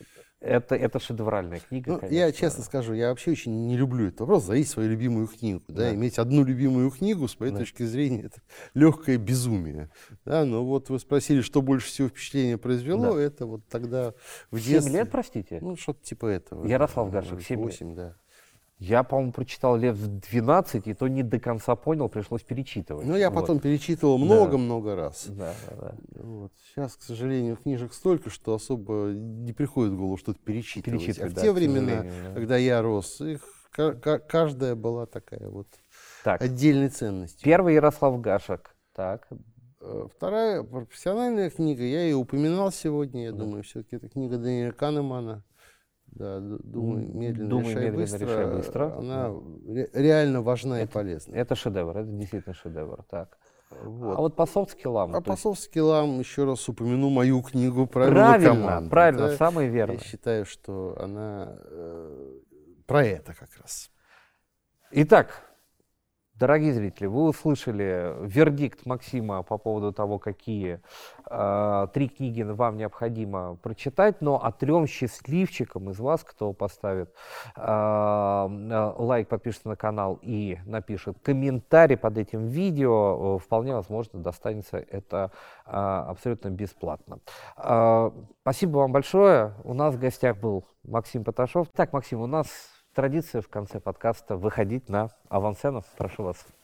Это, это шедевральная книга, Ну, конечно. я честно скажу, я вообще очень не люблю этот вопрос, зависеть свою любимую книгу. Да? Да. Иметь одну любимую книгу, с моей Да. точки зрения, это легкое безумие. Да? Но вот вы спросили, что больше всего впечатление произвело, Да. это вот тогда в Семь детстве. лет, простите? Ну, что-то типа этого. Ярослав да, Гашек, семь лет. восемь, да. Я, по-моему, прочитал лет в двенадцать, и то не до конца понял, пришлось перечитывать. Ну, я Вот. потом перечитывал много-много раз. Да, да, да. Вот. Сейчас, к сожалению, книжек столько, что особо не приходит в голову что-то перечитывать. Перечитывать, а в да, те к времена, сожалению, да. когда я рос, их ка- ка- каждая была такая вот Так, отдельной ценностью. первый Ярослав Гашек. Так, Э, Вторая профессиональная книга, я ее упоминал сегодня, я Да. думаю, все-таки это книга Дэниела Канемана. Да, д- думай М, медленно, «Думай решай, медленно, быстро. решай быстро». Она ре- реально важна и полезна. это шедевр, это действительно шедевр. Так. Вот. А вот по софт-скиллам? А то по есть- софт-скиллам еще раз упомяну мою книгу «Правила Правильно, команды». правильно, Это, самое верное. Я считаю, что она э, про это как раз. Итак, дорогие зрители, вы услышали вердикт Максима по поводу того, какие э, три книги вам необходимо прочитать, но а трем счастливчикам из вас, кто поставит э, э, лайк, подпишется на канал и напишет комментарий под этим видео, э, вполне возможно достанется это э, абсолютно бесплатно. Э, спасибо вам большое. У нас в гостях был Максим Паташов. Так, Максим, у нас традиция в конце подкаста выходить на авансцену. Прошу вас.